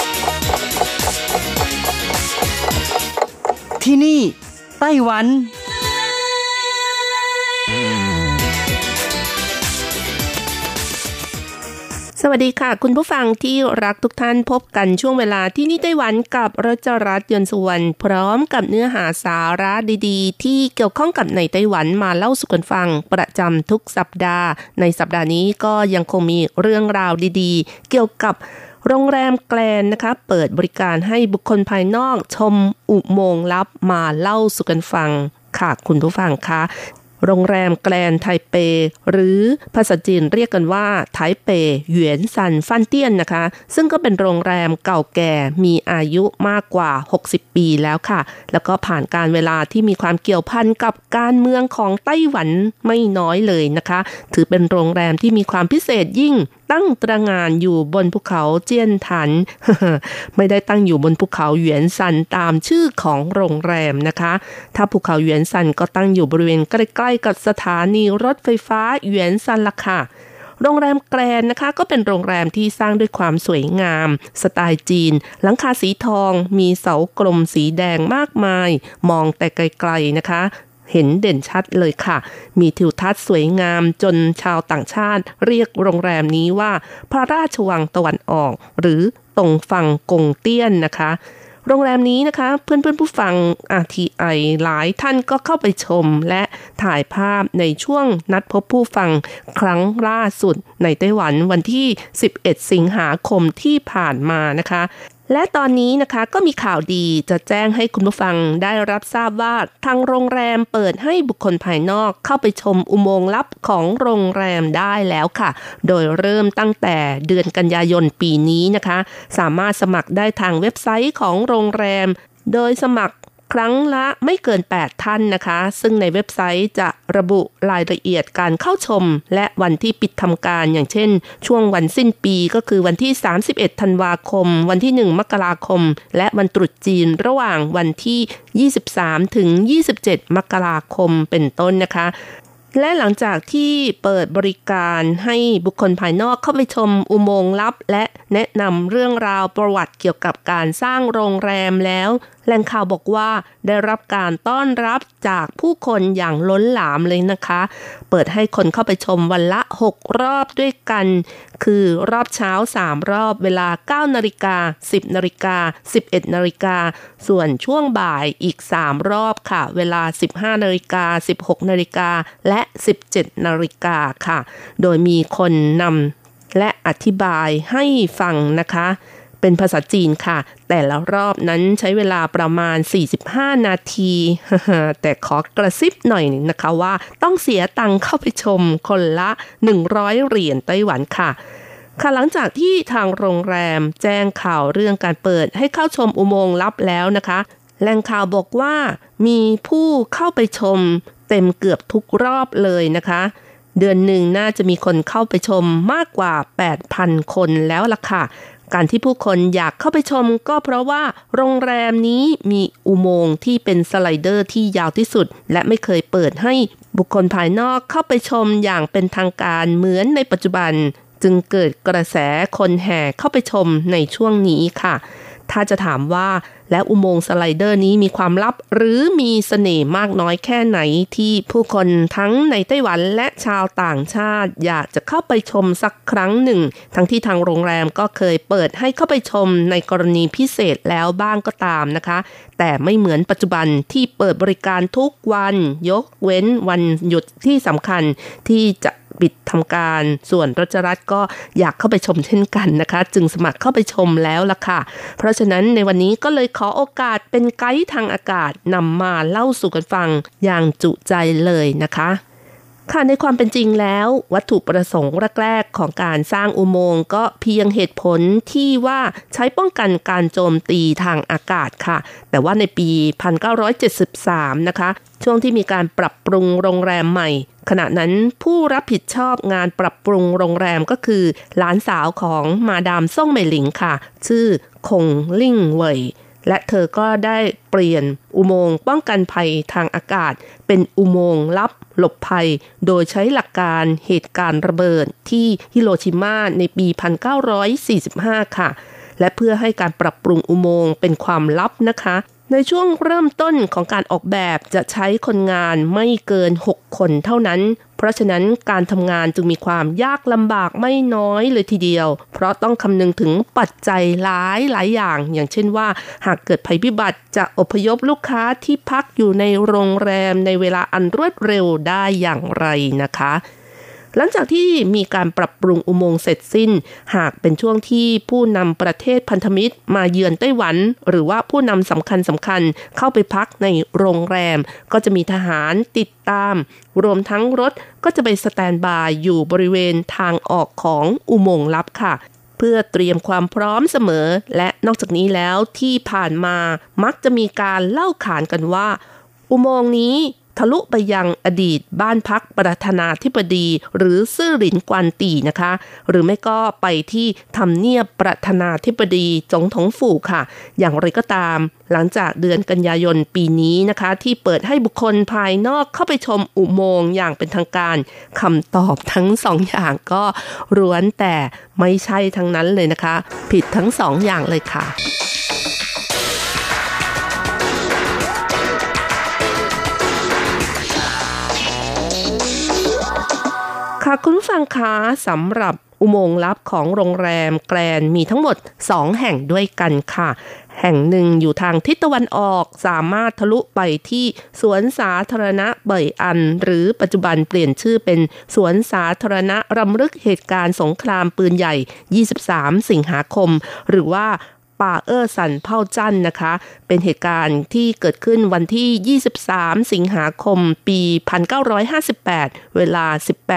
ที่นี่ไต้หวันสวัสดีค่ะคุณผู้ฟังที่รักทุกท่านพบกันช่วงเวลาที่นี่ไต้หวันกับรัชรัตน์ ยนต์สุวรรณพร้อมกับเนื้อหาสาระดีๆที่เกี่ยวข้องกับในไต้หวันมาเล่าสู่กันฟังประจำทุกสัปดาห์ในสัปดาห์นี้ก็ยังคงมีเรื่องราวดีๆเกี่ยวกับโรงแรมแกลนนะคะเปิดบริการให้บุคคลภายนอกชมอุโมงค์ลับมาเล่าสู่กันฟังค่ะคุณผู้ฟังคะโรงแรมแกลนไทเปหรือภาษาจีนเรียกกันว่าไทเปหยวนซันฟันเตี้ยนนะคะซึ่งก็เป็นโรงแรมเก่าแก่มีอายุมากกว่า60ปีแล้วค่ะแล้วก็ผ่านการเวลาที่มีความเกี่ยวพันกับการเมืองของไต้หวันไม่น้อยเลยนะคะถือเป็นโรงแรมที่มีความพิเศษยิ่งตั้งตระหง่านอยู่บนภูเขาเจียนถัน ไม่ได้ตั้งอยู่บนภูเขาหยวนซันตามชื่อของโรงแรมนะคะถ้าภูเขาหยวนซันก็ตั้งอยู่บริเวณใกล้ๆกับสถานีรถไฟฟ้าหยวนซันล่ะค่ะโรงแรมแกรนนะคะก็เป็นโรงแรมที่สร้างด้วยความสวยงามสไตล์จีนหลังคาสีทองมีเสากลมสีแดงมากมายมองแต่ไกลๆนะคะเห็นเด่นชัดเลยค่ะมีทิวทัศน์สวยงามจนชาวต่างชาติเรียกโรงแรมนี้ว่าพระราชวังตะวันออกหรือตงฟังกงเตี้ยนนะคะโรงแรมนี้นะคะเพื่อนๆผู้ฟัง RTI หลายท่านก็เข้าไปชมและถ่ายภาพในช่วงนัดพบผู้ฟังครั้งล่าสุดในไต้หวันวันที่11สิงหาคมที่ผ่านมานะคะและตอนนี้นะคะก็มีข่าวดีจะแจ้งให้คุณผู้ฟังได้รับทราบว่าทางโรงแรมเปิดให้บุคคลภายนอกเข้าไปชมอุโมงค์ลับของโรงแรมได้แล้วค่ะโดยเริ่มตั้งแต่เดือนกันยายนปีนี้นะคะสามารถสมัครได้ทางเว็บไซต์ของโรงแรมโดยสมัครครั้งละไม่เกิน8ท่านนะคะซึ่งในเว็บไซต์จะระบุรายละเอียดการเข้าชมและวันที่ปิดทำการอย่างเช่นช่วงวันสิ้นปีก็คือวันที่31ธันวาคมวันที่1มกราคมและวันตรุษจีนระหว่างวันที่23ถึง27มกราคมเป็นต้นนะคะและหลังจากที่เปิดบริการให้บุคคลภายนอกเข้าไปชมอุโมงค์ลับและแนะนำเรื่องราวประวัติเกี่ยวกับการสร้างโรงแรมแล้วแหล่งข่าวบอกว่าได้รับการต้อนรับจากผู้คนอย่างล้นหลามเลยนะคะเปิดให้คนเข้าไปชมวันละ6รอบด้วยกันคือรอบเช้า3รอบเวลา 9:00 น 10:00 น 11:00 น ส่วนช่วงบ่ายอีก3รอบค่ะเวลา 15:00 น 16:00 น และ 17:00 น ค่ะโดยมีคนนำและอธิบายให้ฟังนะคะเป็นภาษาจีนค่ะแต่ละรอบนั้นใช้เวลาประมาณ45นาที แต่ขอกระซิบหน่อยนะคะว่าต้องเสียตังค์เข้าไปชมคนละ100เหรียญไต้หวันค่ะหลังจากที่ทางโรงแรมแจ้งข่าวเรื่องการเปิดให้เข้าชมอุโมงค์ลับแล้วนะคะแหล่งข่าวบอกว่ามีผู้เข้าไปชมเต็มเกือบทุกรอบเลยนะคะเดือนหนึ่งน่าจะมีคนเข้าไปชมมากกว่า 8,000 คนแล้วล่ะค่ะการที่ผู้คนอยากเข้าไปชมก็เพราะว่าโรงแรมนี้มีอุโมงค์ที่เป็นสไลเดอร์ที่ยาวที่สุดและไม่เคยเปิดให้บุคคลภายนอกเข้าไปชมอย่างเป็นทางการเหมือนในปัจจุบันจึงเกิดกระแสคนแห่เข้าไปชมในช่วงนี้ค่ะถ้าจะถามว่าแล้วอุโมงค์สไลเดอร์นี้มีความลับหรือมีเสน่ห์มากน้อยแค่ไหนที่ผู้คนทั้งในไต้หวันและชาวต่างชาติอยากจะเข้าไปชมสักครั้งหนึ่งทั้งที่ทางโรงแรมก็เคยเปิดให้เข้าไปชมในกรณีพิเศษแล้วบ้างก็ตามนะคะแต่ไม่เหมือนปัจจุบันที่เปิดบริการทุกวันยกเว้นวันหยุดที่สำคัญที่จะปิดทำการส่วนรัชรัตน์ก็อยากเข้าไปชมเช่นกันนะคะจึงสมัครเข้าไปชมแล้วล่ะค่ะเพราะฉะนั้นในวันนี้ก็เลยขอโอกาสเป็นไกด์ทางอากาศนำมาเล่าสู่กันฟังอย่างจุใจเลยนะคะค่ะในความเป็นจริงแล้ววัตถุประสงค์แรกๆของการสร้างอุโมงค์ก็เพียงเหตุผลที่ว่าใช้ป้องกันการโจมตีทางอากาศค่ะแต่ว่าในปี 1973 นะคะช่วงที่มีการปรับปรุงโรงแรมใหม่ขณะนั้นผู้รับผิดชอบงานปรับปรุงโรงแรมก็คือหลานสาวของมาดามซ่งเหมยหลิงค่ะชื่อคงลิ่งเว่ยและเธอก็ได้เปลี่ยนอุโมงค์ป้องกันภัยทางอากาศเป็นอุโมงค์ลับหลบภัยโดยใช้หลักการเหตุการณ์ระเบิดที่ฮิโรชิมาในปี 1945 ค่ะและเพื่อให้การปรับปรุงอุโมงค์เป็นความลับนะคะในช่วงเริ่มต้นของการออกแบบจะใช้คนงานไม่เกิน6คนเท่านั้นเพราะฉะนั้นการทำงานจึงมีความยากลำบากไม่น้อยเลยทีเดียวเพราะต้องคำนึงถึงปัจจัยหลายอย่างเช่นว่าหากเกิดภัยพิบัติจะอพยพลูกค้าที่พักอยู่ในโรงแรมในเวลาอันรวดเร็วได้อย่างไรนะคะหลังจากที่มีการปรับปรุงอุโมงค์เสร็จสิ้นหากเป็นช่วงที่ผู้นำประเทศพันธมิตรมาเยือนไต้หวันหรือว่าผู้นำสำคัญเข้าไปพักในโรงแรมก็จะมีทหารติดตามรวมทั้งรถก็จะไปสแตนด์บายอยู่บริเวณทางออกของอุโมงค์ลับค่ะเพื่อเตรียมความพร้อมเสมอและนอกจากนี้แล้วที่ผ่านมามักจะมีการเล่าขานกันว่าอุโมงค์นี้ทะลุไปยังอดีตบ้านพักประธานาธิบดีหรือซื่อหลินกวนตีนะคะหรือไม่ก็ไปที่ทำเนียบประธานาธิบดีจงถงฝู่ค่ะอย่างไรก็ตามหลังจากเดือนกันยายนปีนี้นะคะที่เปิดให้บุคคลภายนอกเข้าไปชมอุโมงค์อย่างเป็นทางการคำตอบทั้งสองอย่างก็ล้วนแต่ไม่ใช่ทั้งนั้นเลยนะคะผิดทั้งสองอย่างเลยค่ะค่ะคุณผู้ฟังคะสำหรับอุโมงค์ลับของโรงแรมแกรนมีทั้งหมด2แห่งด้วยกันค่ะแห่งหนึ่งอยู่ทางทิศตะวันออกสามารถทะลุไปที่สวนสาธารณะเบยอันหรือปัจจุบันเปลี่ยนชื่อเป็นสวนสาธารณะรำลึกเหตุการณ์สงครามปืนใหญ่23สิงหาคมหรือว่าป่าสันเผ่าจั่นนะคะเป็นเหตุการณ์ที่เกิดขึ้นวันที่23สิงหาคมปี1958เวลา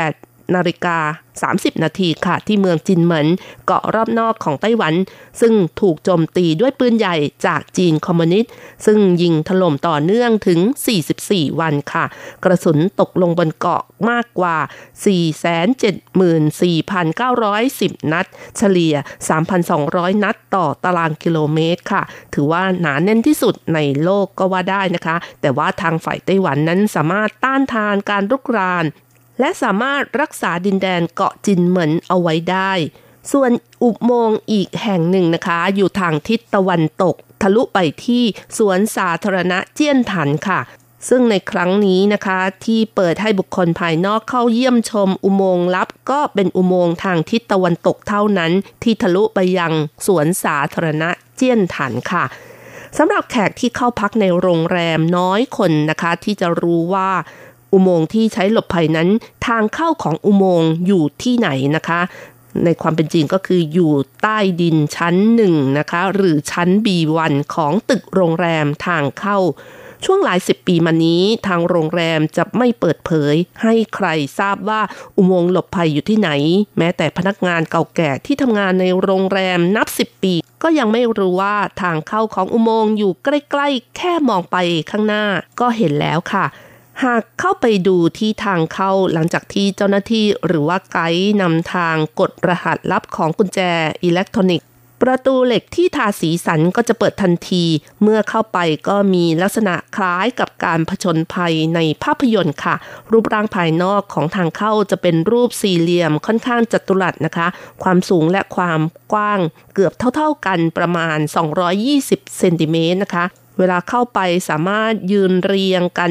18:30 นาทีค่ะที่เมืองจินเหมินเกาะรอบนอกของไต้หวันซึ่งถูกโจมตีด้วยปืนใหญ่จากจีนคอมมิวนิสต์ซึ่งยิงถล่มต่อเนื่องถึง44วันค่ะกระสุนตกลงบนเกาะมากกว่า 474,910 นัดเฉลี่ย 3,200 นัดต่อตารางกิโลเมตรค่ะถือว่าหนาแน่นที่สุดในโลกก็ว่าได้นะคะแต่ว่าทางฝ่ายไต้หวันนั้นสามารถต้านทานการรุกรานและสามารถรักษาดินแดนเกาะจินเหมินเอาไว้ได้ส่วนอุโมงค์อีกแห่งหนึ่งนะคะอยู่ทางทิศตะวันตกทะลุไปที่สวนสาธารณะเจี้ยนถันค่ะซึ่งในครั้งนี้นะคะที่เปิดให้บุคคลภายนอกเข้าเยี่ยมชมอุโมงค์ลับก็เป็นอุโมงค์ทางทิศตะวันตกเท่านั้นที่ทะลุไปยังสวนสาธารณะเจี้ยนถันค่ะสำหรับแขกที่เข้าพักในโรงแรมน้อยคนนะคะที่จะรู้ว่าอุโมงค์ที่ใช้หลบภัยนั้นทางเข้าของอุโมงค์อยู่ที่ไหนนะคะในความเป็นจริงก็คืออยู่ใต้ดินชั้น1นะคะหรือชั้น B1 ของตึกโรงแรมทางเข้าช่วงหลาย10ปีมานี้ทางโรงแรมจะไม่เปิดเผยให้ใครทราบว่าอุโมงค์หลบภัยอยู่ที่ไหนแม้แต่พนักงานเก่าแก่ที่ทำงานในโรงแรมนับ10ปีก็ยังไม่รู้ว่าทางเข้าของอุโมงค์อยู่ใกล้ๆแค่มองไปข้างหน้าก็เห็นแล้วค่ะหากเข้าไปดูที่ทางเข้าหลังจากที่เจ้าหน้าที่หรือว่าไกด์นำทางกดรหัสลับของกุญแจอิเล็กทรอนิกส์ประตูเหล็กที่ทาสีสันก็จะเปิดทันทีเมื่อเข้าไปก็มีลักษณะคล้ายกับการผจญภัยในภาพยนตร์ค่ะรูปร่างภายนอกของทางเข้าจะเป็นรูปสี่เหลี่ยมค่อนข้างจัตุรัสนะคะความสูงและความกว้างเกือบเท่าๆกันประมาณ220เซนติเมตรนะคะเวลาเข้าไปสามารถยืนเรียงกัน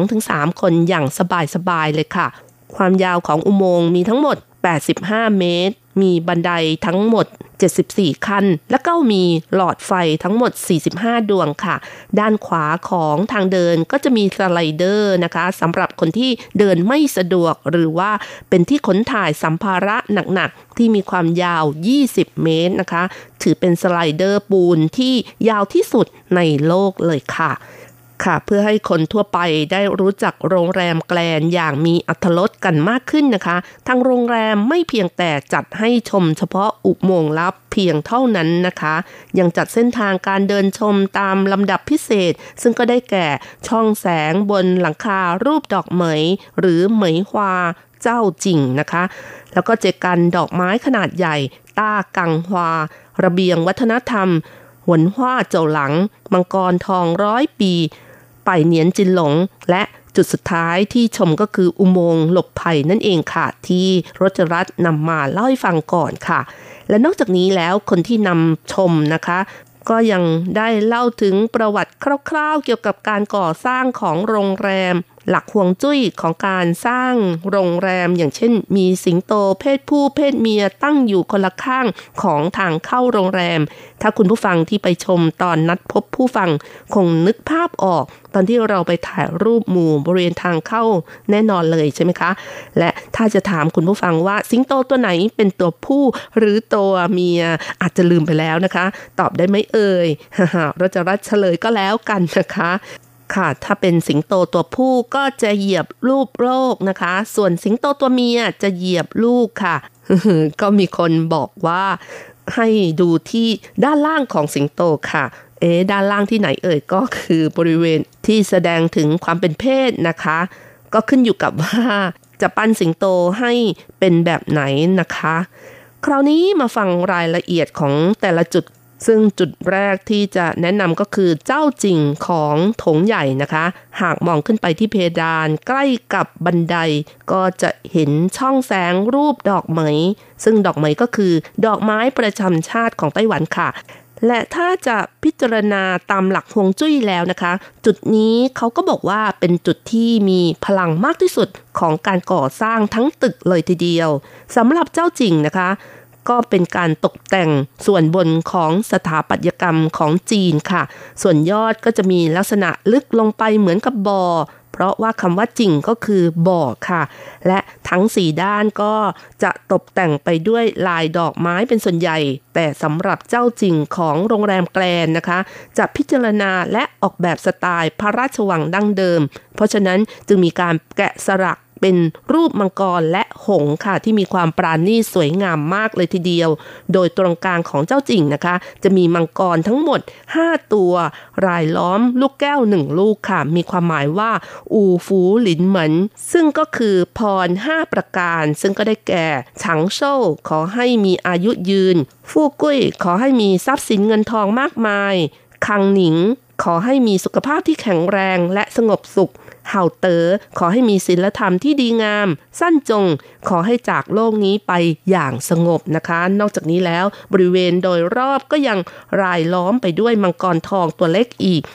2-3 คนอย่างสบายๆเลยค่ะความยาวของอุโมงค์มีทั้งหมด85เมตรมีบันไดทั้งหมด74ขั้นและก็มีหลอดไฟทั้งหมด45ดวงค่ะด้านขวาของทางเดินก็จะมีสไลเดอร์นะคะสำหรับคนที่เดินไม่สะดวกหรือว่าเป็นที่ขนถ่ายสัมภาระหนักๆที่มีความยาว20เมตรนะคะถือเป็นสไลเดอร์ปูนที่ยาวที่สุดในโลกเลยค่ะเพื่อให้คนทั่วไปได้รู้จักโรงแรมแกลนอย่างมีอรรถรสกันมากขึ้นนะคะทางโรงแรมไม่เพียงแต่จัดให้ชมเฉพาะอุโมงค์ลับเพียงเท่านั้นนะคะยังจัดเส้นทางการเดินชมตามลำดับพิเศษซึ่งก็ได้แก่ช่องแสงบนหลังคารูปดอกเหมยหรือเหมยฮวาเจ้าจิ่งนะคะแล้วก็เจกันดอกไม้ขนาดใหญ่ต้ากังฮวาระเบียงวัฒนธรรมหวนฮวาเจ้าหลังมังกรทอง100 ปีไปเหนียนจินหลงและจุดสุดท้ายที่ชมก็คืออุโมงค์หลบภัยนั่นเองค่ะที่รจรัตน์นำมาเล่าให้ฟังก่อนค่ะและนอกจากนี้แล้วคนที่นำชมนะคะก็ยังได้เล่าถึงประวัติคร่าวๆเกี่ยวกับการก่อสร้างของโรงแรมหลักฮวงจุ้ยของการสร้างโรงแรมอย่างเช่นมีสิงโตเพศผู้เพศเมียตั้งอยู่คนละข้างของทางเข้าโรงแรมถ้าคุณผู้ฟังที่ไปชมตอนนัดพบผู้ฟังคงนึกภาพออกตอนที่เราไปถ่ายรูปหมู่บริเวณทางเข้าแน่นอนเลยใช่ไหมคะและถ้าจะถามคุณผู้ฟังว่าสิงโตตัวไหนเป็นตัวผู้หรือตัวเมียอาจจะลืมไปแล้วนะคะตอบได้ไหมเอ่ย เราจะรัดเฉลยก็แล้วกันนะคะค่ะถ้าเป็นสิงโตตัวผู้ก็จะเหยียบรูปโลกนะคะส่วนสิงโตตัวเมียจะเหยียบลูกค่ะ ก็มีคนบอกว่าให้ดูที่ด้านล่างของสิงโตค่ะด้านล่างที่ไหนเอ่ยก็คือบริเวณที่แสดงถึงความเป็นเพศนะคะก็ขึ้นอยู่กับว่าจะปั้นสิงโตให้เป็นแบบไหนนะคะคราวนี้มาฟังรายละเอียดของแต่ละจุดซึ่งจุดแรกที่จะแนะนำก็คือเจ้าจิ่งของโถงใหญ่นะคะหากมองขึ้นไปที่เพดานใกล้กับบันไดก็จะเห็นช่องแสงรูปดอกเหมยซึ่งดอกเหมยก็คือดอกไม้ประจำชาติของไต้หวันค่ะและถ้าจะพิจารณาตามหลักฮวงจุ้ยแล้วนะคะจุดนี้เขาก็บอกว่าเป็นจุดที่มีพลังมากที่สุดของการก่อสร้างทั้งตึกเลยทีเดียวสำหรับเจ้าจิ่งนะคะก็เป็นการตกแต่งส่วนบนของสถาปัตยกรรมของจีนค่ะส่วนยอดก็จะมีลักษณะลึกลงไปเหมือนกับบ่อเพราะว่าคำว่าจิ่งก็คือบ่อค่ะและทั้ง4ด้านก็จะตกแต่งไปด้วยลายดอกไม้เป็นส่วนใหญ่แต่สำหรับเจ้าจิ่งของโรงแรมแกลนนะคะจะพิจารณาและออกแบบสไตล์พระราชวังดั้งเดิมเพราะฉะนั้นจึงมีการแกะสลักเป็นรูปมังกรและหงส์ค่ะที่มีความปราณีตสวยงามมากเลยทีเดียวโดยตรงกลางของเจ้าจิ่งนะคะจะมีมังกรทั้งหมด5ตัวรายล้อมลูกแก้ว1ลูกค่ะมีความหมายว่าอูฟูหลินเหมินซึ่งก็คือพร5ประการซึ่งก็ได้แก่ฉังโซ่ขอให้มีอายุยืนฟู่กุ้ยขอให้มีทรัพย์สินเงินทองมากมายคังหนิงขอให้มีสุขภาพที่แข็งแรงและสงบสุขเห่าเต๋อขอให้มีศีลธรรมที่ดีงามสั้นจงขอให้จากโลกนี้ไปอย่างสงบนะคะนอกจากนี้แล้วบริเวณโดยรอบก็ยังรายล้อมไปด้วยมังกรทองตัวเล็กอีก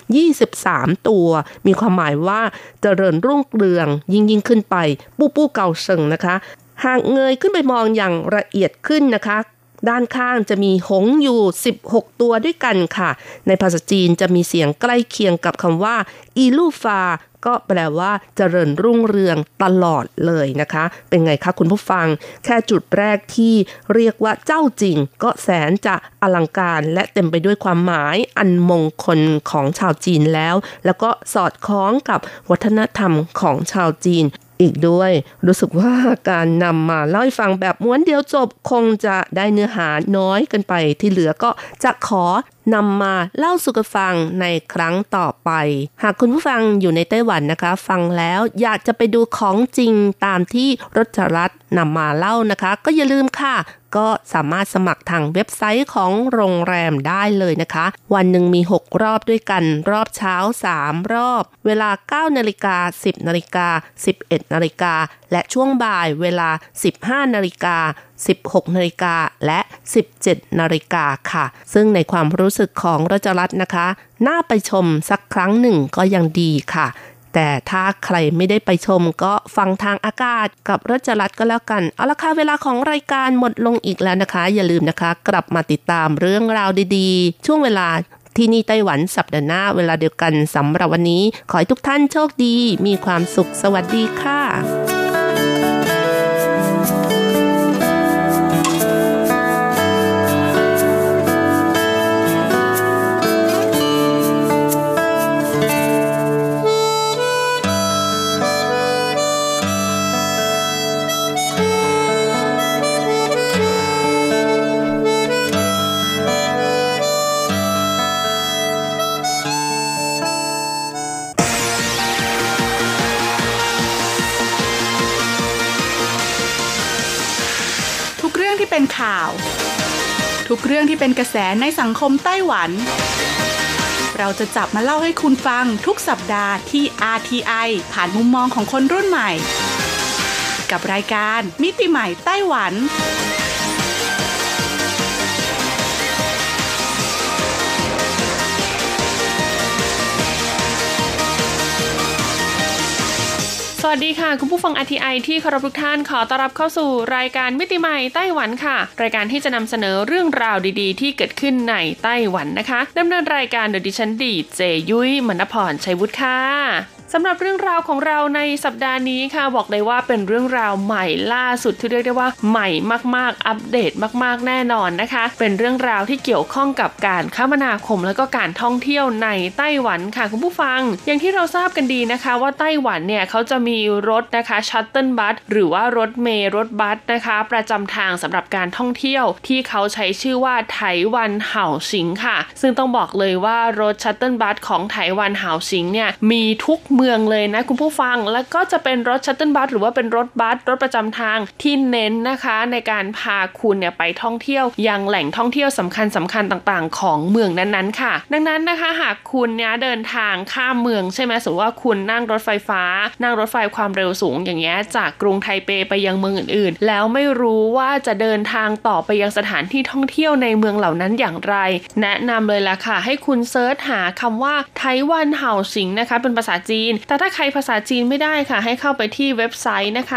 23ตัวมีความหมายว่าเจริญรุ่งเรืองยิ่งขึ้นไปปู้เก่าเซิงนะคะหากเงยขึ้นไปมองอย่างละเอียดขึ้นนะคะด้านข้างจะมีหงส์อยู่16ตัวด้วยกันค่ะในภาษาจีนจะมีเสียงใกล้เคียงกับคำว่าอีลู่ฟาก็แปลว่าเจริญรุ่งเรืองตลอดเลยนะคะเป็นไงคะคุณผู้ฟังแค่จุดแรกที่เรียกว่าเจ้าจิ่งก็แสนจะอลังการและเต็มไปด้วยความหมายอันมงคลของชาวจีนแล้วก็สอดคล้องกับวัฒนธรรมของชาวจีนอีกด้วยรู้สึกว่าการนำมาเล่าให้ฟังแบบม้วนเดียวจบคงจะได้เนื้อหาน้อยเกินไปที่เหลือก็จะขอนำมาเล่าสู่กันฟังในครั้งต่อไปหากคุณผู้ฟังอยู่ในไต้หวันนะคะฟังแล้วอยากจะไปดูของจริงตามที่รัชรัตน์นำมาเล่านะคะก็อย่าลืมค่ะก็สามารถสมัครทางเว็บไซต์ของโรงแรมได้เลยนะคะวันหนึ่งมี6รอบด้วยกันรอบเช้า3รอบเวลา 9:00 น 10:00 น 11:00 น และช่วงบ่ายเวลา 15:00 น 16:00 น และ 17:00 นค่ะซึ่งในความรู้สึกของรัชรัตน์นะคะน่าไปชมสักครั้งหนึ่งก็ยังดีค่ะแต่ถ้าใครไม่ได้ไปชมก็ฟังทางอากาศกับรัชรัตน์ก็แล้วกันเอาละค่ะเวลาของรายการหมดลงอีกแล้วนะคะอย่าลืมนะคะกลับมาติดตามเรื่องราวดีๆช่วงเวลาที่นี่ไต้หวันสัปดาห์หน้าเวลาเดียวกันสำหรับวันนี้ขอให้ทุกท่านโชคดีมีความสุขสวัสดีค่ะเป็นข่าวทุกเรื่องที่เป็นกระแสในสังคมไต้หวันเราจะจับมาเล่าให้คุณฟังทุกสัปดาห์ที่ RTI ผ่านมุมมองของคนรุ่นใหม่กับรายการมิติใหม่ไต้หวันสวัสดีค่ะคุณผู้ฟัง RTI ที่เคารพทุกท่านขอต้อนรับเข้าสู่รายการมิติใหม่ไต้หวันค่ะรายการที่จะนำเสนอเรื่องราวดีๆที่เกิดขึ้นในไต้หวันนะคะดำเนินรายการโดยดิฉันดีเจยุ้ยมณพรชัยวุฒิค่ะสำหรับเรื่องราวของเราในสัปดาห์นี้ค่ะบอกเลยว่าเป็นเรื่องราวใหม่ล่าสุดที่เรียกได้ว่าใหม่มากๆอัปเดตมากๆแน่นอนนะคะเป็นเรื่องราวที่เกี่ยวข้องกับการคมนาคมและก็การท่องเที่ยวในไต้หวันค่ะคุณผู้ฟังอย่างที่เราทราบกันดีนะคะว่าไต้หวันเนี่ยเขาจะมีรถนะคะชัตเติลบัสหรือว่ารถเมล์รถบัสนะคะประจำทางสำหรับการท่องเที่ยวที่เขาใช้ชื่อว่าไต้หวันเห่าสิงค่ะซึ่งต้องบอกเลยว่ารถชัตเติลบัสของไต้หวันเห่าสิงเนี่ยมีทุกเมืองเลยนะคุณผู้ฟังแล้วก็จะเป็นรถชัตเติลบัสหรือว่าเป็นรถบัสรถประจำทางที่เน้นนะคะในการพาคุณเนี่ยไปท่องเที่ยวยังแหล่งท่องเที่ยวสำคัญต่างๆของเมืองนั้นๆค่ะดังนั้นนะคะหากคุณเนี่ยเดินทางข้ามเมืองใช่ไหมสมมติว่าคุณนั่งรถไฟฟ้านั่งรถไฟความเร็วสูงอย่างเงี้ยจากกรุงไทเปไปยังเมืองอื่นๆแล้วไม่รู้ว่าจะเดินทางต่อไปยังสถานที่ท่องเที่ยวในเมืองเหล่านั้นอย่างไรแนะนำเลยล่ะค่ะให้คุณเซิร์ชหาคำว่าไต้หวันเห่าสิงนะคะเป็นภาษาจีนแต่ถ้าใครภาษาจีนไม่ได้ค่ะให้เข้าไปที่เว็บไซต์นะคะ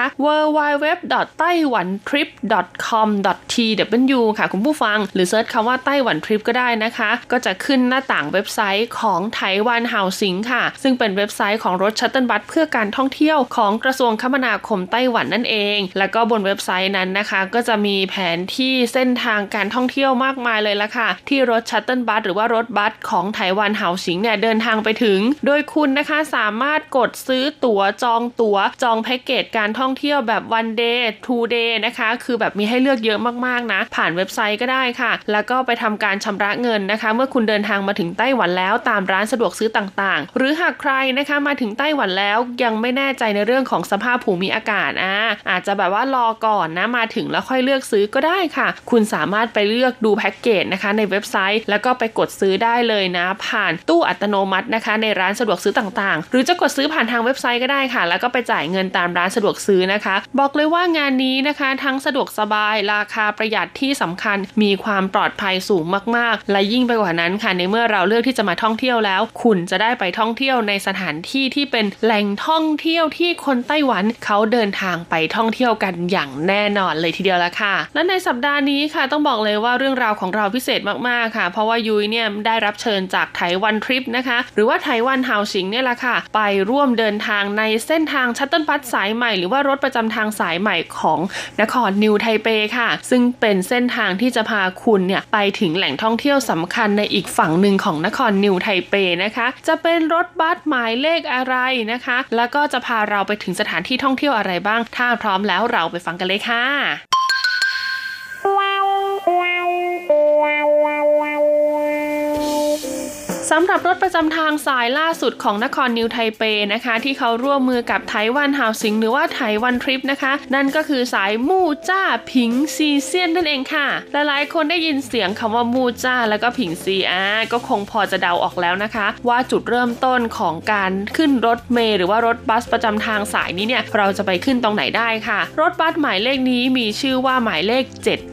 www.taiwantrip.com.tw ค่ะคุณผู้ฟังหรือเซิร์ชคำว่าไต้หวันทริปก็ได้นะคะก็จะขึ้นหน้าต่างเว็บไซต์ของไต้หวันเห่าสิงค่ะซึ่งเป็นเว็บไซต์ของรถชัตเติลบัสเพื่อการท่องเที่ยวของกระทรวงคมนาคมไต้หวันนั่นเองแล้วก็บนเว็บไซต์นั้นนะคะก็จะมีแผนที่เส้นทางการท่องเที่ยวมากมายเลยละค่ะที่รถชัตเติลบัสหรือว่ารถบัสของไต้หวันเห่าสิงเนี่ยเดินทางไปถึงโดยคุณนะคะสามารถกดซื้อตั๋วจองแพ็กเกจการท่องเที่ยวแบบ one day 2 day นะคะคือแบบมีให้เลือกเยอะมากๆนะผ่านเว็บไซต์ก็ได้ค่ะแล้วก็ไปทำการชำระเงินนะคะเมื่อคุณเดินทางมาถึงไต้หวันแล้วตามร้านสะดวกซื้อต่างๆหรือหากใครนะคะมาถึงไต้หวันแล้วยังไม่แน่ใจในเรื่องของสภาพภูมิอากาศอาจจะแบบว่ารอก่อนนะมาถึงแล้วค่อยเลือกซื้อก็ได้ค่ะคุณสามารถไปเลือกดูแพ็กเกจนะคะในเว็บไซต์แล้วก็ไปกดซื้อได้เลยนะผ่านตู้อัตโนมัตินะคะในร้านสะดวกซื้อต่างๆหรือจะกดซื้อผ่านทางเว็บไซต์ก็ได้ค่ะแล้วก็ไปจ่ายเงินตามร้านสะดวกซื้อนะคะบอกเลยว่างานนี้นะคะทั้งสะดวกสบายราคาประหยัดที่สำคัญมีความปลอดภัยสูงมากๆและยิ่งไปกว่านั้นค่ะในเมื่อเราเลือกที่จะมาท่องเที่ยวแล้วคุณจะได้ไปท่องเที่ยวในสถานที่ที่เป็นแหล่งท่องเที่ยวที่คนไต้หวันเขาเดินทางไปท่องเที่ยวกันอย่างแน่นอนเลยทีเดียวละค่ะและในสัปดาห์นี้ค่ะต้องบอกเลยว่าเรื่องราวของเราพิเศษมากๆค่ะเพราะว่ายุ้ยเนี่ยได้รับเชิญจากไต้หวันทริปนะคะหรือว่าไต้หวันเห่าสิงเนี่ยละค่ะไปร่วมเดินทางในเส้นทางชัตเติลบัสสายใหม่หรือว่ารถประจำทางสายใหม่ของนครนิวไทเปค่ะซึ่งเป็นเส้นทางที่จะพาคุณเนี่ยไปถึงแหล่งท่องเที่ยวสำคัญในอีกฝั่งหนึ่งของนครนิวไทเปนะคะจะเป็นรถบัสหมายเลขอะไรนะคะแล้วก็จะพาเราไปถึงสถานที่ท่องเที่ยวอะไรบ้างถ้าพร้อมแล้วเราไปฟังกันเลยค่ะสำหรับรถประจำทางสายล่าสุดของนครนิวไทเปนะคะที่เขาร่วมมือกับไต้หวันฮาวซิงหรือว่าไต้หวันทริปนะคะนั่นก็คือสายมู่จ้าผิงซีเซียนนั่นเองค่ะหลายๆคนได้ยินเสียงคำว่ามู่จ้าแล้วก็ผิงซีก็คงพอจะเดาออกแล้วนะคะว่าจุดเริ่มต้นของการขึ้นรถเมล์หรือว่ารถบัสประจำทางสายนี้เนี่ยเราจะไปขึ้นตรงไหนได้ค่ะรถบัสหมายเลขนี้มีชื่อว่าหมายเลข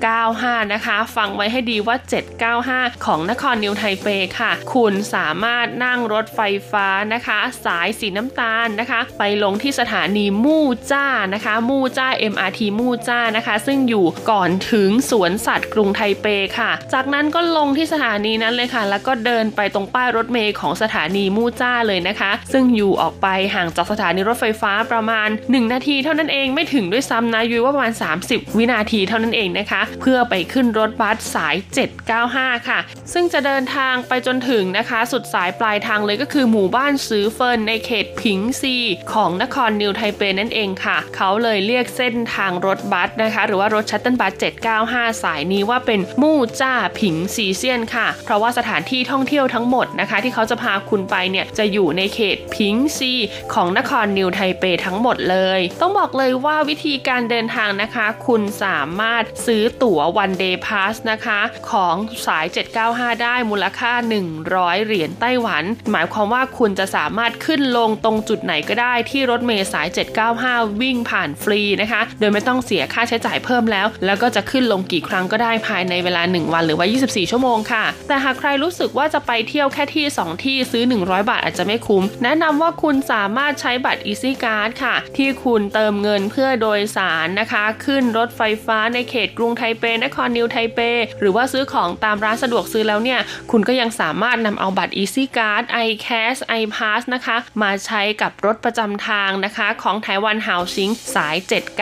795นะคะฟังไว้ให้ดีว่า795ของนครนิวไทเปค่ะคุณสามารถนั่งรถไฟฟ้านะคะสายสีน้ำตาลนะคะไปลงที่สถานีมู่จ้านะคะมู่จ้า MRT มู่จ้านะคะซึ่งอยู่ก่อนถึงสวนสัตว์กรุงไทเปค่ะจากนั้นก็ลงที่สถานีนั้นเลยค่ะแล้วก็เดินไปตรงป้ายรถเมล์ของสถานีมู่จ้าเลยนะคะซึ่งอยู่ออกไปห่างจากสถานีรถไฟฟ้าประมาณ1นาทีเท่านั้นเองไม่ถึงด้วยซ้ำนะยุ้ยว่าประมาณ30วินาทีเท่านั้นเองนะคะเพื่อไปขึ้นรถบัสสาย795ค่ะซึ่งจะเดินทางไปจนถึงนะคะสุดสายปลายทางเลยก็คือหมู่บ้านซือเฟินในเขตผิงซีของนครนิวไทเปนั่นเองค่ะเขาเลยเรียกเส้นทางรถบัสนะคะหรือว่ารถชัตเติลบัส795สายนี้ว่าเป็นมู่จ้าผิงซีเซียนค่ะเพราะว่าสถานที่ท่องเที่ยวทั้งหมดนะคะที่เขาจะพาคุณไปเนี่ยจะอยู่ในเขตผิงซีของนครนิวไทเปทั้งหมดเลยต้องบอกเลยว่าวิธีการเดินทางนะคะคุณสามารถซื้อตั๋ว One Day Pass นะคะของสาย795ได้มูลค่า100เหรียญไต้หวันหมายความว่าคุณจะสามารถขึ้นลงตรงจุดไหนก็ได้ที่รถเมล์สาย795วิ่งผ่านฟรีนะคะโดยไม่ต้องเสียค่าใช้จ่ายเพิ่มแล้วก็จะขึ้นลงกี่ครั้งก็ได้ภายในเวลา1วันหรือว่า24ชั่วโมงค่ะแต่หากใครรู้สึกว่าจะไปเที่ยวแค่ที่2ที่ซื้อ100บาทอาจจะไม่คุ้มแนะนำว่าคุณสามารถใช้บัตร Easy Card ค่ะที่คุณเติมเงินเพื่อโดยสารนะคะขึ้นรถไฟฟ้าในเขตกรุงไทเปนครนิวไทเปหรือว่าซื้อของตามร้านสะดวกซื้อแล้วเนี่ยคุณก็ยังสามารถนำเอาบัตร Easy Card iCash iPass นะคะมาใช้กับรถประจำทางนะคะของไต้หวันฮาวซิงสาย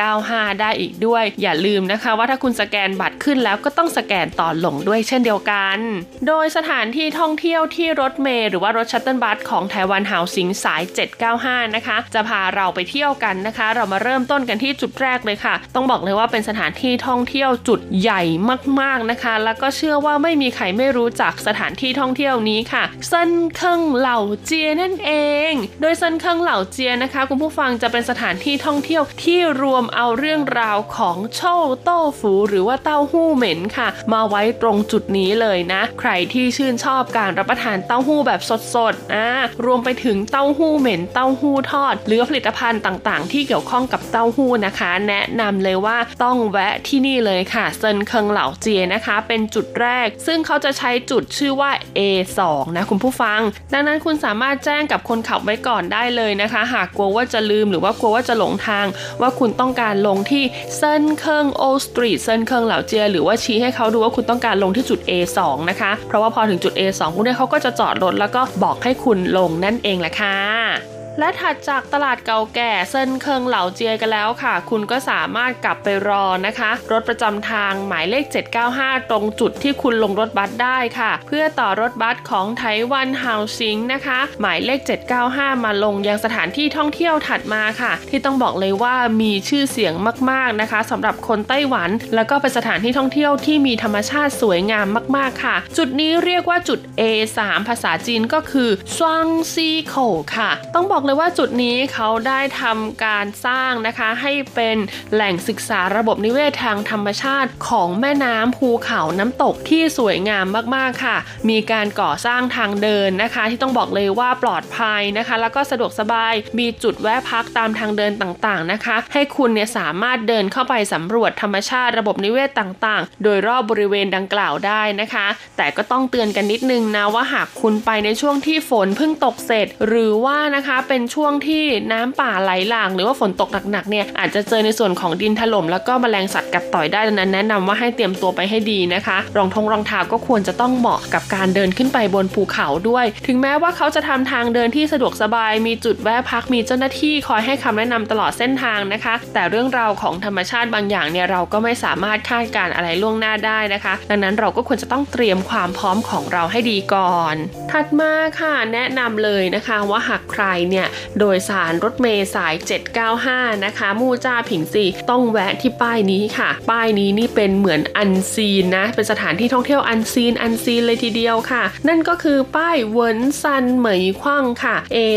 795ได้อีกด้วยอย่าลืมนะคะว่าถ้าคุณสแกนบัตรขึ้นแล้วก็ต้องสแกนตอนลงด้วยเช่นเดียวกันโดยสถานที่ท่องเที่ยวที่รถเมล์หรือว่ารถชัตเติลบัสของไต้หวันฮาวซิงสาย795นะคะจะพาเราไปเที่ยวกันนะคะเรามาเริ่มต้นกันที่จุดแรกเลยค่ะต้องบอกเลยว่าเป็นสถานที่ท่องเที่ยวจุดใหญ่มากๆนะคะแล้วก็เชื่อว่าไม่มีใครไม่รู้จักสถานที่ท่องเที่ยวนี้ค่ะเซินเคิงเหล่าเจียนั่นเองโดยเซินเคิงเหล่าเจียนะคะคุณผู้ฟังจะเป็นสถานที่ท่องเที่ยวที่รวมเอาเรื่องราวของโชว์โต้ฝูหรือว่าเต้าหู้เหม็นค่ะมาไว้ตรงจุดนี้เลยนะใครที่ชื่นชอบการรับประทานเต้าหู้แบบสดๆรวมไปถึงเต้าหู้เหม็นเต้าหู้ทอดหรือผลิตภัณฑ์ต่างๆที่เกี่ยวข้องกับเต้าหู้นะคะแนะนำเลยว่าต้องแวะที่นี่เลยค่ะเซินเคิงเหล่าเจียนะคะเป็นจุดแรกซึ่งเขาจะใช้จุดชื่อว่า A2 นะคุณผู้ฟังดังนั้นคุณสามารถแจ้งกับคนขับไว้ก่อนได้เลยนะคะหากกลัวว่าจะลืมหรือว่ากลัวว่าจะหลงทางว่าคุณต้องการลงที่เซินเคิงโอสตรีทเซินเคิงเหล่าเจียหรือว่าชี้ให้เขาดูว่าคุณต้องการลงที่จุด A2 นะคะเพราะว่าพอถึงจุด A2 คุณเนี่ยเขาก็จะจอดรถแล้วก็บอกให้คุณลงนั่นเองแหละค่ะและถัดจากตลาดเก่าแก่เซินเคิงเหล่าเจียกันแล้วค่ะคุณก็สามารถกลับไปรอนะคะรถประจำทางหมายเลข795ตรงจุดที่คุณลงรถบัสได้ค่ะเพื่อต่อรถบัสของไต้หวันฮาวซิงนะคะหมายเลข795มาลงยังสถานที่ท่องเที่ยวถัดมาค่ะที่ต้องบอกเลยว่ามีชื่อเสียงมากๆนะคะสำหรับคนไต้หวันแล้วก็เป็นสถานที่ท่องเที่ยวที่มีธรรมชาติสวยงามมากๆค่ะจุดนี้เรียกว่าจุด A3 ภาษาจีนก็คือซวางซีโขค่ะต้องบอกเลยว่าจุดนี้เขาได้ทำการสร้างนะคะให้เป็นแหล่งศึกษาระบบนิเวศทางธรรมชาติของแม่น้ำภูเขาน้ำตกที่สวยงามมากๆค่ะมีการก่อสร้างทางเดินนะคะที่ต้องบอกเลยว่าปลอดภัยนะคะแล้วก็สะดวกสบายมีจุดแวะพักตามทางเดินต่างๆนะคะให้คุณเนี่ยสามารถเดินเข้าไปสำรวจธรรมชาติระบบนิเวศต่างๆโดยรอบบริเวณดังกล่าวได้นะคะแต่ก็ต้องเตือนกันนิดนึงนะว่าหากคุณไปในช่วงที่ฝนเพิ่งตกเสร็จหรือว่านะคะเป็นช่วงที่น้ำป่าไหลหลากหรือว่าฝนตกหนักๆเนี่ยอาจจะเจอในส่วนของดินถล่มแล้วก็แมลงสัตว์กัดต่อยได้ดังนั้นแนะนำว่าให้เตรียมตัวไปให้ดีนะคะรองเท้าก็ควรจะต้องเหมาะกับการเดินขึ้นไปบนภูเขาด้วยถึงแม้ว่าเขาจะทำทางเดินที่สะดวกสบายมีจุดแวะพักมีเจ้าหน้าที่คอยให้คำแนะนำตลอดเส้นทางนะคะแต่เรื่องราวของธรรมชาติบางอย่างเนี่ยเราก็ไม่สามารถคาดการณ์อะไรล่วงหน้าได้นะคะดังนั้นเราก็ควรจะต้องเตรียมความพร้อมของเราให้ดีก่อนถัดมาค่ะแนะนำเลยนะคะว่าหากใครเนี่ยเนี่ยโดยสารรถเมล์สาย795นะคะมู่จ้าผิงซีต้องแวะที่ป้ายนี้ค่ะป้ายนี้นี่เป็นเหมือนอันซีนนะเป็นสถานที่ท่องเที่ยวอันซีนเลยทีเดียวค่ะนั่นก็คือป้ายเหวินซันเหมยควั่งค่ะ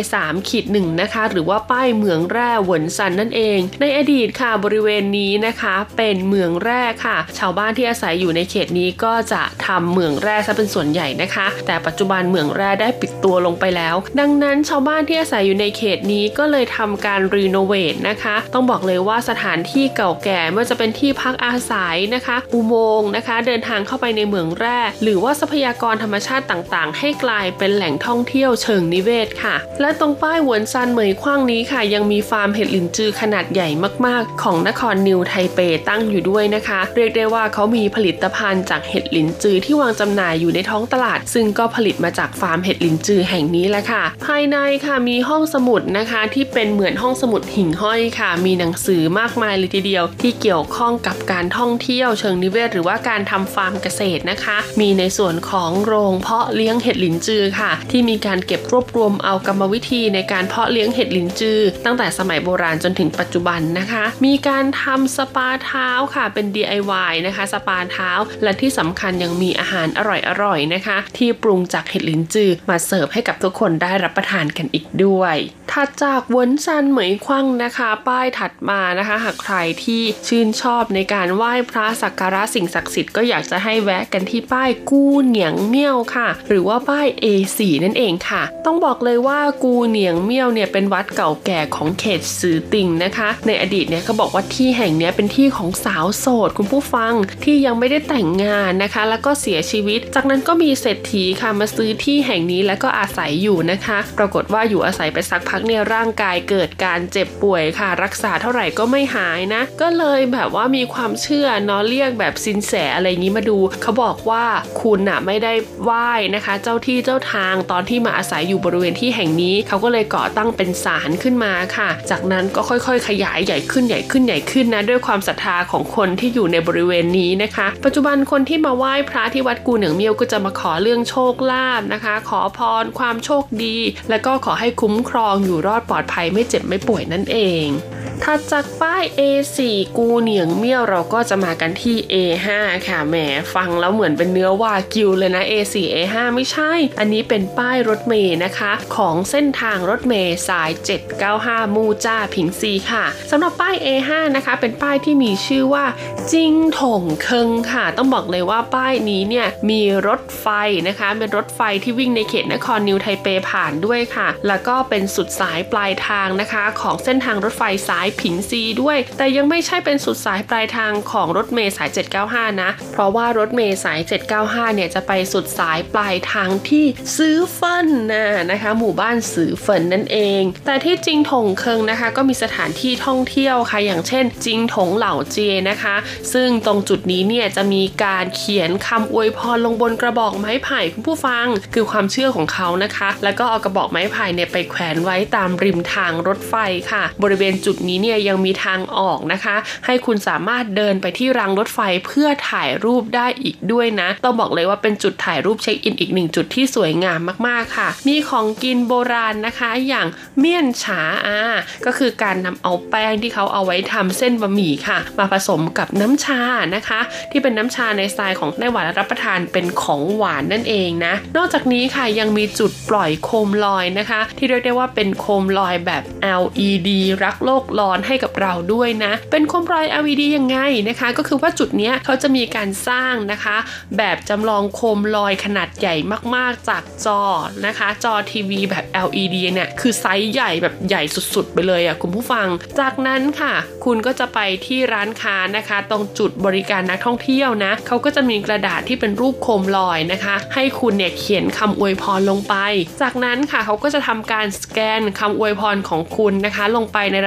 A3-1 นะคะหรือว่าป้ายเหมืองแร่เหวินซันนั่นเองในอดีตค่ะบริเวณนี้นะคะเป็นเหมืองแร่ค่ะชาวบ้านที่อาศัยอยู่ในเขตนี้ก็จะทำเหมืองแร่ซะเป็นส่วนใหญ่นะคะแต่ปัจจุบันเหมืองแร่ได้ปิดตัวลงไปแล้วดังนั้นชาวบ้านที่อาศัยอยู่ในเขตนี้ก็เลยทำการรีโนเวทนะคะต้องบอกเลยว่าสถานที่เก่าแก่ไม่ว่าจะเป็นที่พักอาศัยนะคะอุโมงค์นะคะเดินทางเข้าไปในเหมืองแร่หรือว่าทรัพยากรธรรมชาติต่างๆให้กลายเป็นแหล่งท่องเที่ยวเชิงนิเวศค่ะและตรงป้ายเหวินซันเหมยควั่งนี้ค่ะยังมีฟาร์มเห็ดหลินจือขนาดใหญ่มากๆของนครนิวไทเปตั้งอยู่ด้วยนะคะเรียกได้ว่าเขามีผลิตภัณฑ์จากเห็ดหลินจือที่วางจำหน่ายอยู่ในท้องตลาดซึ่งก็ผลิตมาจากฟาร์มเห็ดหลินจือแห่งนี้แหละค่ะภายในค่ะมีห้องสมุดนะคะที่เป็นเหมือนห้องสมุดหิ่งห้อยค่ะมีหนังสือมากมายเลยทีเดียวที่เกี่ยวข้องกับการท่องเที่ยวเชิงนิเวศหรือว่าการทำฟาร์มเกษตรนะคะมีในส่วนของโรงเพาะเลี้ยงเห็ดหลินจือค่ะที่มีการเก็บรวบรวมเอากรรมวิธีในการเพาะเลี้ยงเห็ดหลินจือตั้งแต่สมัยโบราณจนถึงปัจจุบันนะคะมีการทำสปาเท้าค่ะเป็น DIY นะคะสปาเท้าและที่สำคัญยังมีอาหารอร่อยๆนะคะที่ปรุงจากเห็ดหลินจือมาเสิร์ฟให้กับทุกคนได้รับประทานกันอีกด้วยถัดจากเหวินซันเหมยควั่งนะคะป้ายถัดมานะคะหากใครที่ชื่นชอบในการไหว้พระสักการะสิ่งศักดิ์สิทธิ์ก็อยากจะให้แวะกันที่ป้ายกูเหนียงเมี่ยวค่ะหรือว่าป้าย A4 นั่นเองค่ะต้องบอกเลยว่ากูเหนียงเมี่ยวเนี่ยเป็นวัดเก่าแก่ของเขตซือติงนะคะในอดีตเนี่ยเขาบอกว่าที่แห่งนี้เป็นที่ของสาวโสดคุณผู้ฟังที่ยังไม่ได้แต่งงานนะคะแล้วก็เสียชีวิตจากนั้นก็มีเศรษฐีค่ะมาซื้อที่แห่งนี้แล้วก็อาศัยอยู่นะคะปรากฏว่าอยู่อาศัยไปสักพักเนี่ยร่างกายเกิดการเจ็บป่วยค่ะรักษาเท่าไหร่ก็ไม่หายนะก็เลยแบบว่ามีความเชื่อเนาะเรียกแบบซินแสอะไรอย่างนี้มาดูเขาบอกว่าคุณน่ะไม่ได้ไหว้นะคะเจ้าที่เจ้าทางตอนที่มาอาศัยอยู่บริเวณที่แห่งนี้เขาก็เลยก่อตั้งเป็นศาลขึ้นมาค่ะจากนั้นก็ค่อยๆขยายใหญ่ขึ้นนะด้วยความศรัทธาของคนที่อยู่ในบริเวณนี้นะคะปัจจุบันคนที่มาไหว้พระที่วัดกูเหนียงเมี่ยวก็จะมาขอเรื่องโชคลาภนะคะขอพรความโชคดีแล้วก็ขอให้คุ้มครองอยู่รอดปลอดภัยไม่เจ็บไม่ป่วยนั่นเองถัดจากป้าย A4 กูเหนียงเมี่ยวเราก็จะมากันที่ A5 ค่ะแหมฟังแล้วเหมือนเป็นเนื้อวากิวเลยนะ A4 A5 ไม่ใช่อันนี้เป็นป้ายรถเมล์นะคะของเส้นทางรถเมล์สาย795มู่จ้าผิงซีค่ะสำหรับป้าย A5 นะคะเป็นป้ายที่มีชื่อว่าจิงถงเคิงค่ะต้องบอกเลยว่าป้ายนี้เนี่ยมีรถไฟนะคะเป็นรถไฟที่วิ่งในเขตนครนิวไทเปผ่านด้วยค่ะแล้วก็เป็นสุดสายปลายทางนะคะของเส้นทางรถไฟสายผิงซีด้วยแต่ยังไม่ใช่เป็นสุดสายปลายทางของรถเมล์สาย795นะเพราะว่ารถเมล์สาย795เนี่ยจะไปสุดสายปลายทางที่ซือเฟินนะคะหมู่บ้านซือเฟินนั่นเองแต่ที่จิงถงเคิงนะคะก็มีสถานที่ท่องเที่ยวค่ะอย่างเช่นจิงถงเหล่าเจนะคะซึ่งตรงจุดนี้เนี่ยจะมีการเขียนคำอวยพรลงบนกระบอกไม้ไผ่คุณผู้ฟังคือความเชื่อของเขานะคะแล้วก็เอากระบอกไม้ไผ่เนี่ยไปแขวนไว้ตามริมทางรถไฟค่ะบริเวณจุดนี้เนี่ยยังมีทางออกนะคะให้คุณสามารถเดินไปที่รางรถไฟเพื่อถ่ายรูปได้อีกด้วยนะต้องบอกเลยว่าเป็นจุดถ่ายรูปเช็คอินอีกหนึ่งจุดที่สวยงามมากๆค่ะมีของกินโบราณนะคะอย่างเมี่ยนฉาก็คือการนำเอาแป้งที่เขาเอาไว้ทำเส้นบะหมี่ค่ะมาผสมกับน้ำชานะคะที่เป็นน้ำชาในสไตล์ของไต้หวันรับประทานเป็นของหวานนั่นเองนะนอกจากนี้ค่ะยังมีจุดปล่อยโคมลอยนะคะที่เรียกได้ว่าเป็นโคมลอยแบบ LED รักโลกร้อนให้กับเราด้วยนะเป็นโคมลอย LED ยังไงนะคะก็คือว่าจุดนี้เขาจะมีการสร้างนะคะแบบจำลองโคมลอยขนาดใหญ่มากๆจากจอนะคะจอทีวีแบบ LED เนี่ยคือไซส์ใหญ่แบบใหญ่สุดๆไปเลยคุณผู้ฟังจากนั้นค่ะคุณก็จะไปที่ร้านค้านะคะตรงจุดบริการนักท่องเที่ยวนะเขาก็จะมีกระดาษที่เป็นรูปโคมลอยนะคะให้คุณเนี่ยเขียนคำอวยพรลงไปจากนั้นค่ะเขาก็จะทำการสแกนคำอวยพรของคุณนะคะลงไปในระบบประมวล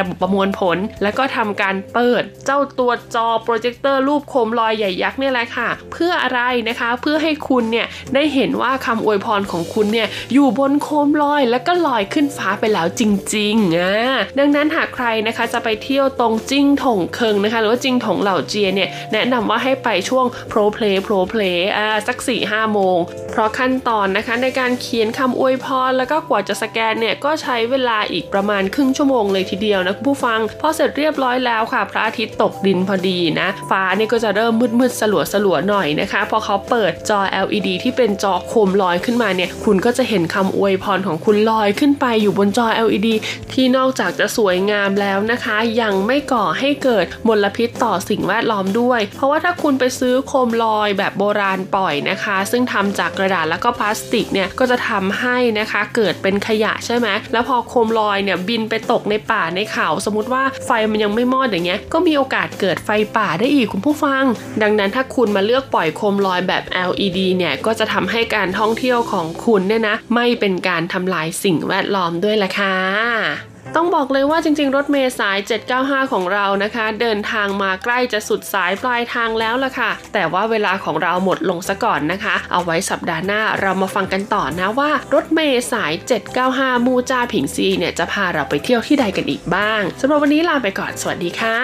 วลผลแล้วก็ทำการเปิดเจ้าตัวจอโปรเจคเตอร์รูปโคมลอยใหญ่ยักษ์เนี่ยแหละค่ะเพื่ออะไรนะคะเพื่อให้คุณเนี่ยได้เห็นว่าคำอวยพรของคุณเนี่ยอยู่บนโคมลอยแล้วก็ลอยขึ้นฟ้าไปแล้วจริงๆดังนั้นหากใครนะคะจะไปเที่ยวตรงจิ้งถงเคิงนะคะหรือว่าจิ้งถงเหล่าเจียเนี่ยแนะนำว่าให้ไปช่วงโปรเพลย์สัก 4-5 โมงเพราะขั้นตอนนะคะในการเขียนคำอวยพรแล้วก็กว่าจะสแกนเนี่ยก็ใช้เวลาอีกประมาณครึ่งชั่วโมงเลยทีเดียวนะผู้ฟังพอเสร็จเรียบร้อยแล้วค่ะพระอาทิตย์ตกดินพอดีนะฟ้าเนี่ยก็จะเริ่มมืดๆสลัวๆหน่อยนะคะพอเขาเปิดจอ LED ที่เป็นจอโคมลอยขึ้นมาเนี่ยคุณก็จะเห็นคำอวยพรของคุณลอยขึ้นไปอยู่บนจอ LED ที่นอกจากจะสวยงามแล้วนะคะยังไม่ก่อให้เกิดมลพิษต่อสิ่งแวดล้อมด้วยเพราะว่าถ้าคุณไปซื้อโคมลอยแบบโบราณปล่อยนะคะซึ่งทำจากกระดาษแล้วก็พลาสติกเนี่ยก็จะทำให้นะคะเกิดเป็นขยะใช่ไหมแล้วพอโคมลอยเนี่ยบินไปตกในป่าในเขาสมมติว่าไฟมันยังไม่มอดอย่างเงี้ยก็มีโอกาสเกิดไฟป่าได้อีกคุณผู้ฟังดังนั้นถ้าคุณมาเลือกปล่อยโคมลอยแบบ LED เนี่ยก็จะทำให้การท่องเที่ยวของคุณเนี่ยนะไม่เป็นการทำลายสิ่งแวดล้อมด้วยล่ะค่ะต้องบอกเลยว่าจริงๆรถเมล์สาย795ของเรานะคะเดินทางมาใกล้จะสุดสายปลายทางแล้วล่ะค่ะแต่ว่าเวลาของเราหมดลงซะก่อนนะคะเอาไว้สัปดาห์หน้าเรามาฟังกันต่อนะว่ารถเมล์สาย795มูจ้าผิงซีเนี่ยจะพาเราไปเที่ยวที่ใดกันอีกบ้างสำหรับวันนี้ลาไปก่อนสวัสดีค่ะ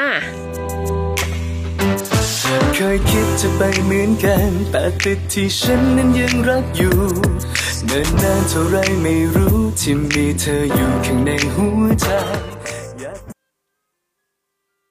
เคยคิดจะไปเหมือนกันแต่ติดที่ฉันนั้นยังรักอยู่เนิ่นนานเท่าไรไม่รู้ที่มีเธออยู่ข้างในหัวใจ